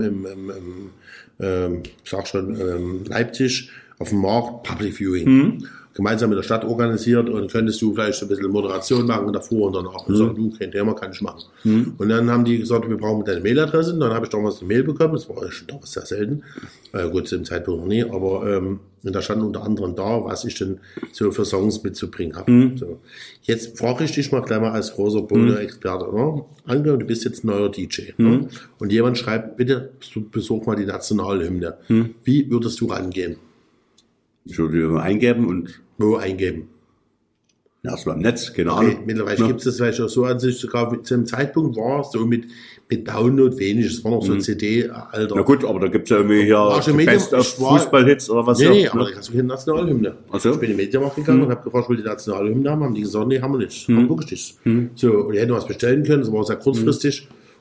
[SPEAKER 4] Leipzig auf dem Markt Public Viewing gemeinsam mit der Stadt organisiert und könntest du vielleicht so ein bisschen Moderation machen davor und danach. Ich sag, du, kein Thema, kann ich machen. Und dann haben die gesagt, wir brauchen deine Mailadresse. Und dann habe ich damals eine Mail bekommen, das war schon damals sehr selten. Gut, zu dem Zeitpunkt noch nie, aber und da stand unter anderem da, was ich denn so für Songs mitzubringen habe. So. Jetzt frage ich dich mal gleich mal als großer Bono-Experte. Ne? Angenommen, du bist jetzt ein neuer DJ. Ne? Und jemand schreibt, bitte besuch mal die Nationalhymne. Wie würdest du rangehen?
[SPEAKER 3] Ich würde eingeben und
[SPEAKER 4] Wo eingeben?
[SPEAKER 3] erstmal im Netz, keine Ahnung.
[SPEAKER 4] Okay, mittlerweile gibt es das vielleicht auch so an sich sogar, zu dem Zeitpunkt war es so mit Download wenig, es war noch so ein CD-Alter.
[SPEAKER 3] Na gut, aber da gibt's ja irgendwie hier Best of Fußballhits oder was.
[SPEAKER 4] Nee, aber da kannst du keine Nationalhymne.
[SPEAKER 3] Ach so.
[SPEAKER 4] Ich bin in den Mediamarkt gegangen und habe gefragt, ich will die Nationalhymne haben die gesagt, nee, haben wir nicht. Haben wirklich nicht. So, und die hätten was bestellen können, das war sehr kurzfristig.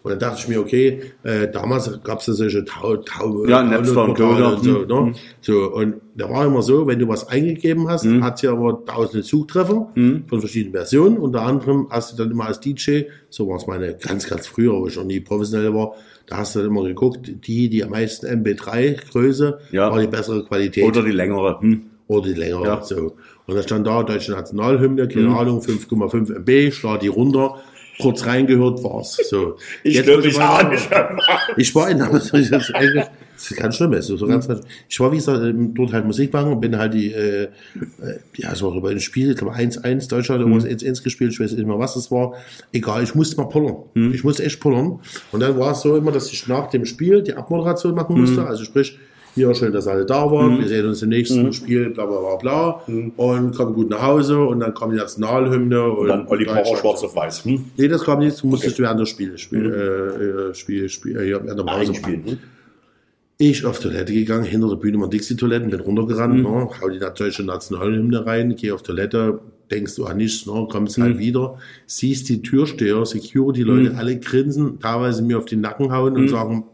[SPEAKER 4] Und dann dachte ich mir, okay, damals gab es ja solche
[SPEAKER 3] Napster und
[SPEAKER 4] so, ne? So, und da war immer so, wenn du was eingegeben hast, hat ja aber tausende Zugtreffer von verschiedenen Versionen. Unter anderem hast du dann immer als DJ, so war es meine ganz, ganz früher, wo ich noch nie professionell war, da hast du dann immer geguckt, die am meisten MP3-Größe war die bessere Qualität.
[SPEAKER 3] Oder die längere.
[SPEAKER 4] Oder die längere. So. Und da stand da, deutsche Nationalhymne, keine Ahnung, 5,5 MB, schlag die runter, kurz reingehört, war's. So.
[SPEAKER 5] Ich glaube, ich auch nicht.
[SPEAKER 4] Ich war das ist ganz schlimm, ist so ganz, ich war, wie gesagt, dort halt Musikbank und bin halt es war über ein Spiel, ich glaube 1-1, Deutschland, irgendwas 1-1 gespielt, ich weiß nicht mehr, was es war. Egal, ich musste mal pullern. Ich musste echt pullern. Und dann war es so immer, dass ich nach dem Spiel die Abmoderation machen musste, also sprich, hier, schön, dass alle da waren. Wir sehen uns im nächsten Spiel, bla, bla, bla, bla. Und kommen gut nach Hause. Und dann kommt die Nationalhymne.
[SPEAKER 5] Und dann Olli Pocher, schwarz auf weiß.
[SPEAKER 4] Nee, das kam nicht. Du musstest während des Spiels während der Pause
[SPEAKER 5] spielen.
[SPEAKER 4] Ich auf Toilette gegangen, hinter der Bühne mal Dixie-Toiletten, bin runtergerannt, hau die deutsche Nationalhymne rein, geh auf Toilette, denkst du an nichts, kommst halt wieder, siehst die Türsteher, Security-Leute, alle grinsen, teilweise mir auf den Nacken hauen und sagen,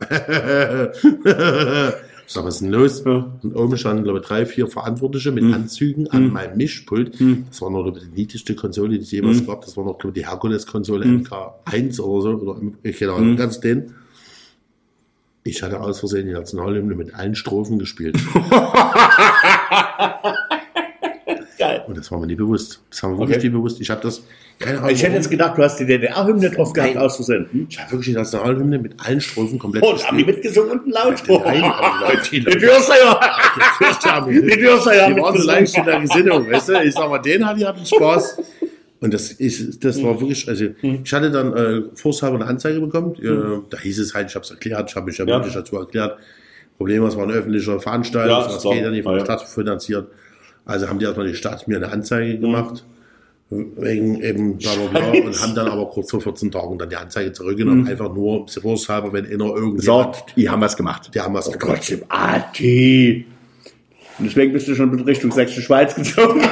[SPEAKER 4] ich sag, was ist denn los? Und oben standen, glaube ich, 3, 4 Verantwortliche mit Anzügen an meinem Mischpult. Das war noch die niedlichste Konsole, die es jemals gab. Das war noch, glaube ich, die Herkules-Konsole MK1 oder so. Oder keine Ahnung, ganz den. Ich hatte aus Versehen die Nationalhymne mit allen Strophen gespielt.
[SPEAKER 5] Geil.
[SPEAKER 4] Und das war mir nie bewusst. Das war mir wirklich nie bewusst. Ich habe das, keine Ahnung.
[SPEAKER 5] Ich hätte jetzt gedacht, du hast die DDR-Hymne drauf gehabt, aus Versehen.
[SPEAKER 4] Ich habe wirklich die Nationalhymne mit allen Strophen komplett
[SPEAKER 5] Und haben die mitgesungen unten laut?
[SPEAKER 4] Nein,
[SPEAKER 5] die Dürster ja. Die Dürster ja.
[SPEAKER 4] Die waren so leicht in der Gesinnung, weißt du? Ich sag mal, den hatten Spaß. Und das war wirklich, also ich hatte dann vorshalber eine Anzeige bekommen. Da hieß es halt, ich habe es erklärt, ich habe mich ja wirklich dazu erklärt. Problem war, es war eine öffentliche Veranstaltung, das geht ja nicht von der Stadt finanziert. Also haben die erstmal die Stadt mir eine Anzeige gemacht, wegen eben bla bla bla, und haben dann aber kurz vor 14 Tagen dann die Anzeige zurückgenommen, einfach nur vorshalber, wenn einer irgendwie
[SPEAKER 3] sagt, die haben was gemacht.
[SPEAKER 4] Die haben was gemacht.
[SPEAKER 5] Trotzdem, Ati. Und deswegen bist du schon in Richtung Sächsische Schweiz gezogen.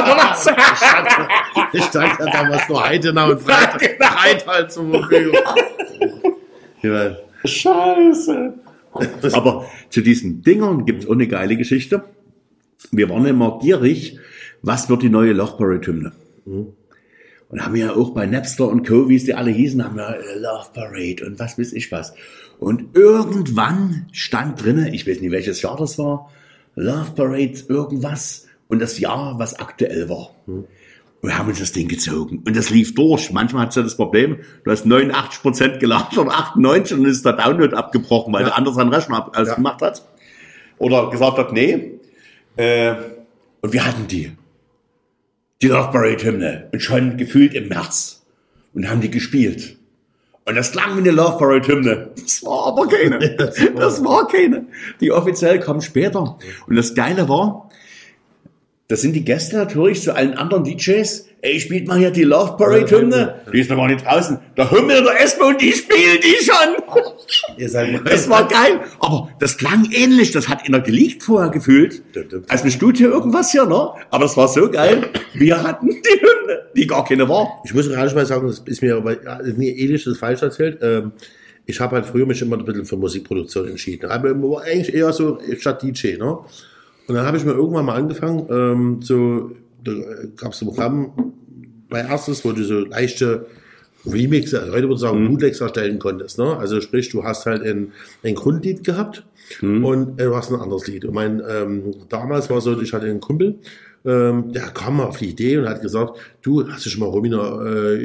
[SPEAKER 4] Ich stand ja damals nur Heidenau und Freital zur Verfügung. Ja.
[SPEAKER 5] Scheiße.
[SPEAKER 3] Aber zu diesen Dingern gibt's auch eine geile Geschichte. Wir waren immer gierig, was wird die neue Love Parade-Hymne? Und haben ja auch bei Napster und Co., wie es die alle hießen, haben wir Love Parade und was weiß ich was. Und irgendwann stand drinne, ich weiß nicht welches Jahr das war, Love Parade irgendwas und das Jahr, was aktuell war. Und wir haben uns das Ding gezogen. Und das lief durch. Manchmal hat es ja das Problem, du hast 89% geladen oder 98% und dann ist der Download abgebrochen, weil der anders einen Rechner ausgemacht hat. Oder gesagt hat, nee. Und wir hatten die Love Parade Hymne. Und schon gefühlt im März. Und haben die gespielt. Und das klang wie eine Love Parade Hymne. Das war aber keine. Das war keine. Die offiziell kam später. Und das Geile war, das sind die Gäste natürlich zu allen anderen DJs. Ey, spielt mal hier die Love Parade Hymne. Die ist noch gar nicht draußen. Der Hymne der Espo und die spielen die schon. Das war geil. Aber das klang ähnlich. Das hat einer geleakt vorher gefühlt. Als eine Studie irgendwas hier, ne? Aber das war so geil. Wir hatten die Hymne, die gar keine war.
[SPEAKER 4] Ich muss gerade mal sagen, das ist mir aber ähnlich, das ist falsch erzählt. Ich habe halt früher mich immer ein bisschen für Musikproduktion entschieden. Aber war eigentlich eher so statt DJ, ne? Und dann habe ich mir irgendwann mal angefangen, da gab es ein Programm, mein erstes, wo du so leichte Remixe, also heute würde ich sagen, Bootlegs erstellen konntest. Ne? Also sprich, du hast halt ein Grundlied gehabt und du hast ein anderes Lied. Und damals war so, ich hatte einen Kumpel, der kam mal auf die Idee und hat gesagt, du hast schon mal Romina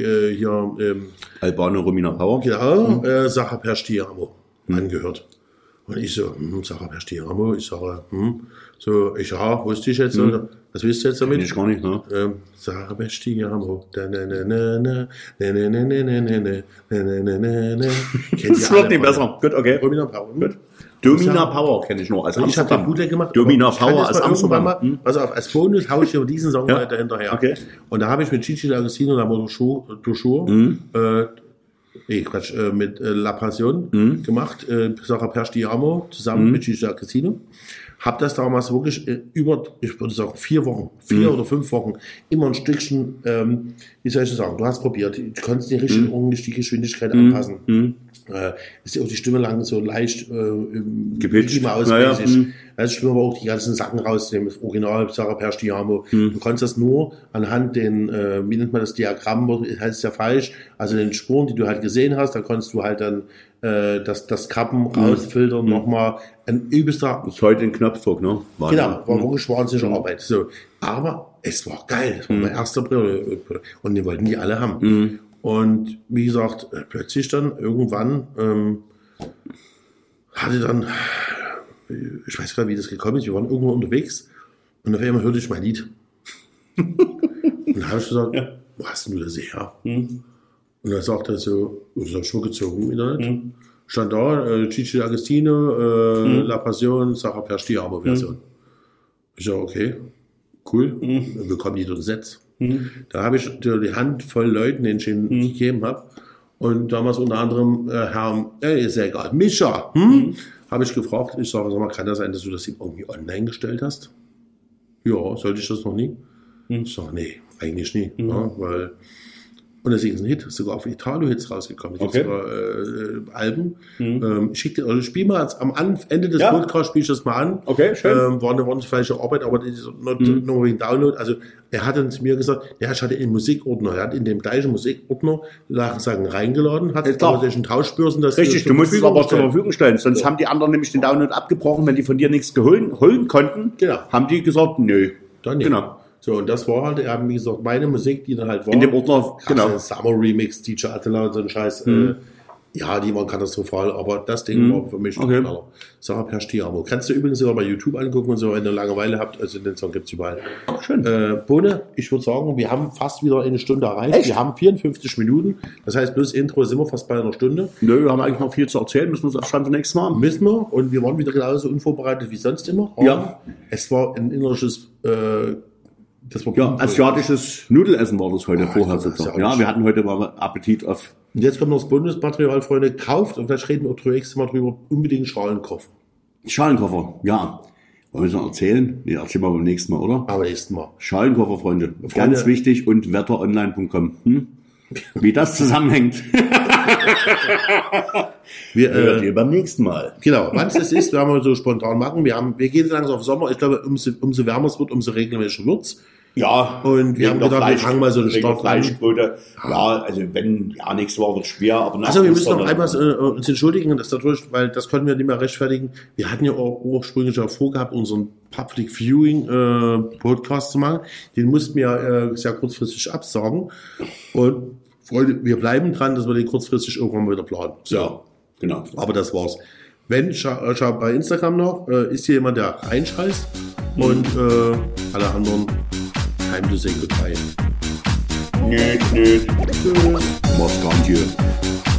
[SPEAKER 3] Albano Romina Power.
[SPEAKER 4] Genau, Sacha Perstiamo angehört. Und ich so, Sacha Perstiamo, ich sage, so, wusste ich jetzt, was willst du jetzt damit?
[SPEAKER 3] Ich gar nicht, ne?
[SPEAKER 4] Sacha Perstiamo, das
[SPEAKER 3] wird nicht besser. Gut, okay.
[SPEAKER 4] Romina Power, gut.
[SPEAKER 3] Domina Power kenne ich noch.
[SPEAKER 4] Also ich habe den Bootleg gemacht.
[SPEAKER 3] Domina Power als Amsterdam.
[SPEAKER 4] Also als Bonus haue ich über diesen Song weiter hinterher.
[SPEAKER 3] Okay.
[SPEAKER 4] Und da habe ich mit Gigi D'Agostino mit La Passion gemacht, Sacha Perstiamo zusammen mit Gigi D'Agostino. Habe das damals wirklich über, ich würde sagen, 4 oder 5 Wochen, immer ein Stückchen, wie soll ich das sagen, du hast probiert, du konntest nicht richtig ordentlich die Geschwindigkeit anpassen. Ist ja auch die Stimme lang so leicht
[SPEAKER 3] gepitcht.
[SPEAKER 4] Das Stimme aber auch die ganzen Sachen rausnehmen, das Original Sarah Perstiamo. Du konntest das nur anhand den, wie nennt man das, Diagramm, heißt es ja falsch, also den Spuren, die du halt gesehen hast, da konntest du halt dann das Kappen rausfiltern, nochmal ein übelster.
[SPEAKER 3] Das ist heute ein Knopfdruck, ne?
[SPEAKER 4] Genau, war wirklich wahnsinnige Arbeit. So. Aber es war geil, das war mein erster Brille. Und die wollten die alle haben. Und wie gesagt, plötzlich dann irgendwann hatte dann, ich weiß gar nicht, wie das gekommen ist, wir waren irgendwo unterwegs und auf einmal hörte ich mein Lied. Und dann habe ich gesagt, wo hast denn du das her? Und dann sagt er so, das habe ich schon gezogen im Internet. Stand da, Gigi D'Agostino, La Passion, Sarah Perstiamo Version. Ich sage, okay, cool, dann bekommen die dort Sets. Da habe ich die Hand voll Leuten, denen ich ihn gegeben habe. Und damals unter anderem Herrn, ist ja egal, Mischa, habe ich gefragt. Ich sage, sag mal, kann das sein, dass du das irgendwie online gestellt hast? Ja, sollte ich das noch nie? Ich sage, nee, eigentlich nie. Ja, weil, und das ist ein Hit, sogar auf Italo-Hits rausgekommen. Es gibt sogar Alben. Ich spiele mal am Ende des Podcasts, spiele ich das mal an.
[SPEAKER 3] Okay, schön.
[SPEAKER 4] War eine ordentliche Arbeit, aber das ist nur wegen Download. Also er hat dann zu mir gesagt, ja, ich hatte einen Musikordner. Er hat in dem gleichen Musikordner Sachen reingeladen, hat aber durch einen Tauschbörsen das
[SPEAKER 3] richtig, du musst es aber zur Verfügung stellen. Sonst haben die anderen nämlich den Download abgebrochen, wenn die von dir nichts holen konnten.
[SPEAKER 4] Genau.
[SPEAKER 3] Haben die gesagt, nö.
[SPEAKER 4] Dann nicht. Genau. So, und das war halt, er hat, wie gesagt, meine Musik, die dann halt war.
[SPEAKER 3] In dem Ordner, genau.
[SPEAKER 4] Summer Remix, DJ Attila und so ein Scheiß. Ja, die waren katastrophal, aber das Ding war für mich knaller. Sarah Perstiamo. Kannst du übrigens sogar bei YouTube angucken und so, wenn ihr Langeweile habt. Also den Song gibt's überall.
[SPEAKER 3] Schön.
[SPEAKER 4] Bohne, ich würde sagen, wir haben fast wieder eine Stunde erreicht.
[SPEAKER 3] Echt?
[SPEAKER 4] Wir haben 54 Minuten. Das heißt, plus Intro sind wir fast bei einer Stunde.
[SPEAKER 3] Nö, wir haben eigentlich noch viel zu erzählen. Müssen wir uns aufschreiben für nächstes Mal.
[SPEAKER 4] Müssen wir. Und wir waren wieder genauso unvorbereitet wie sonst immer. Aber
[SPEAKER 3] ja.
[SPEAKER 4] Es war ein innerisches, das war
[SPEAKER 3] ja, asiatisches Nudelessen war das heute vorher
[SPEAKER 4] das ist
[SPEAKER 3] sozusagen. Ja, wir hatten heute mal Appetit auf.
[SPEAKER 4] Und jetzt kommt noch das Bundesmaterial, Freunde, kauft, und vielleicht reden wir auch nächstes Mal drüber, unbedingt Schalenkoffer.
[SPEAKER 3] Schalenkoffer, ja. Wollen wir es noch erzählen? Nee, erzählen wir beim nächsten Mal, oder?
[SPEAKER 4] Aber nächsten Mal.
[SPEAKER 3] Schalenkoffer, Freunde. Ganz wichtig, und wetteronline.com. Wie das zusammenhängt. Hört ihr beim nächsten Mal.
[SPEAKER 4] Genau, wann es das ist, werden wir so spontan machen. Wir gehen langsam auf Sommer. Ich glaube, umso wärmer es wird, umso regelmäßiger wird's.
[SPEAKER 3] Ja,
[SPEAKER 4] und wir haben gedacht, wir fangen mal so eine
[SPEAKER 3] Fleischquote. Ja, also wenn, ja, nächste Woche wird schwer, aber
[SPEAKER 4] also wir müssen noch einmal uns entschuldigen, dass dadurch, weil das können wir nicht mehr rechtfertigen. Wir hatten ja auch ursprünglich auch vorgehabt, unseren Public Viewing Podcast zu machen. Den mussten wir sehr kurzfristig absagen. Und Freunde, wir bleiben dran, dass wir den kurzfristig irgendwann mal wieder planen. So.
[SPEAKER 3] Ja, genau.
[SPEAKER 4] Aber das war's. Wenn, schau bei Instagram noch, ist hier jemand, der reinscheißt. Und alle anderen, time to say goodbye.
[SPEAKER 3] Nö. Was kommt hier?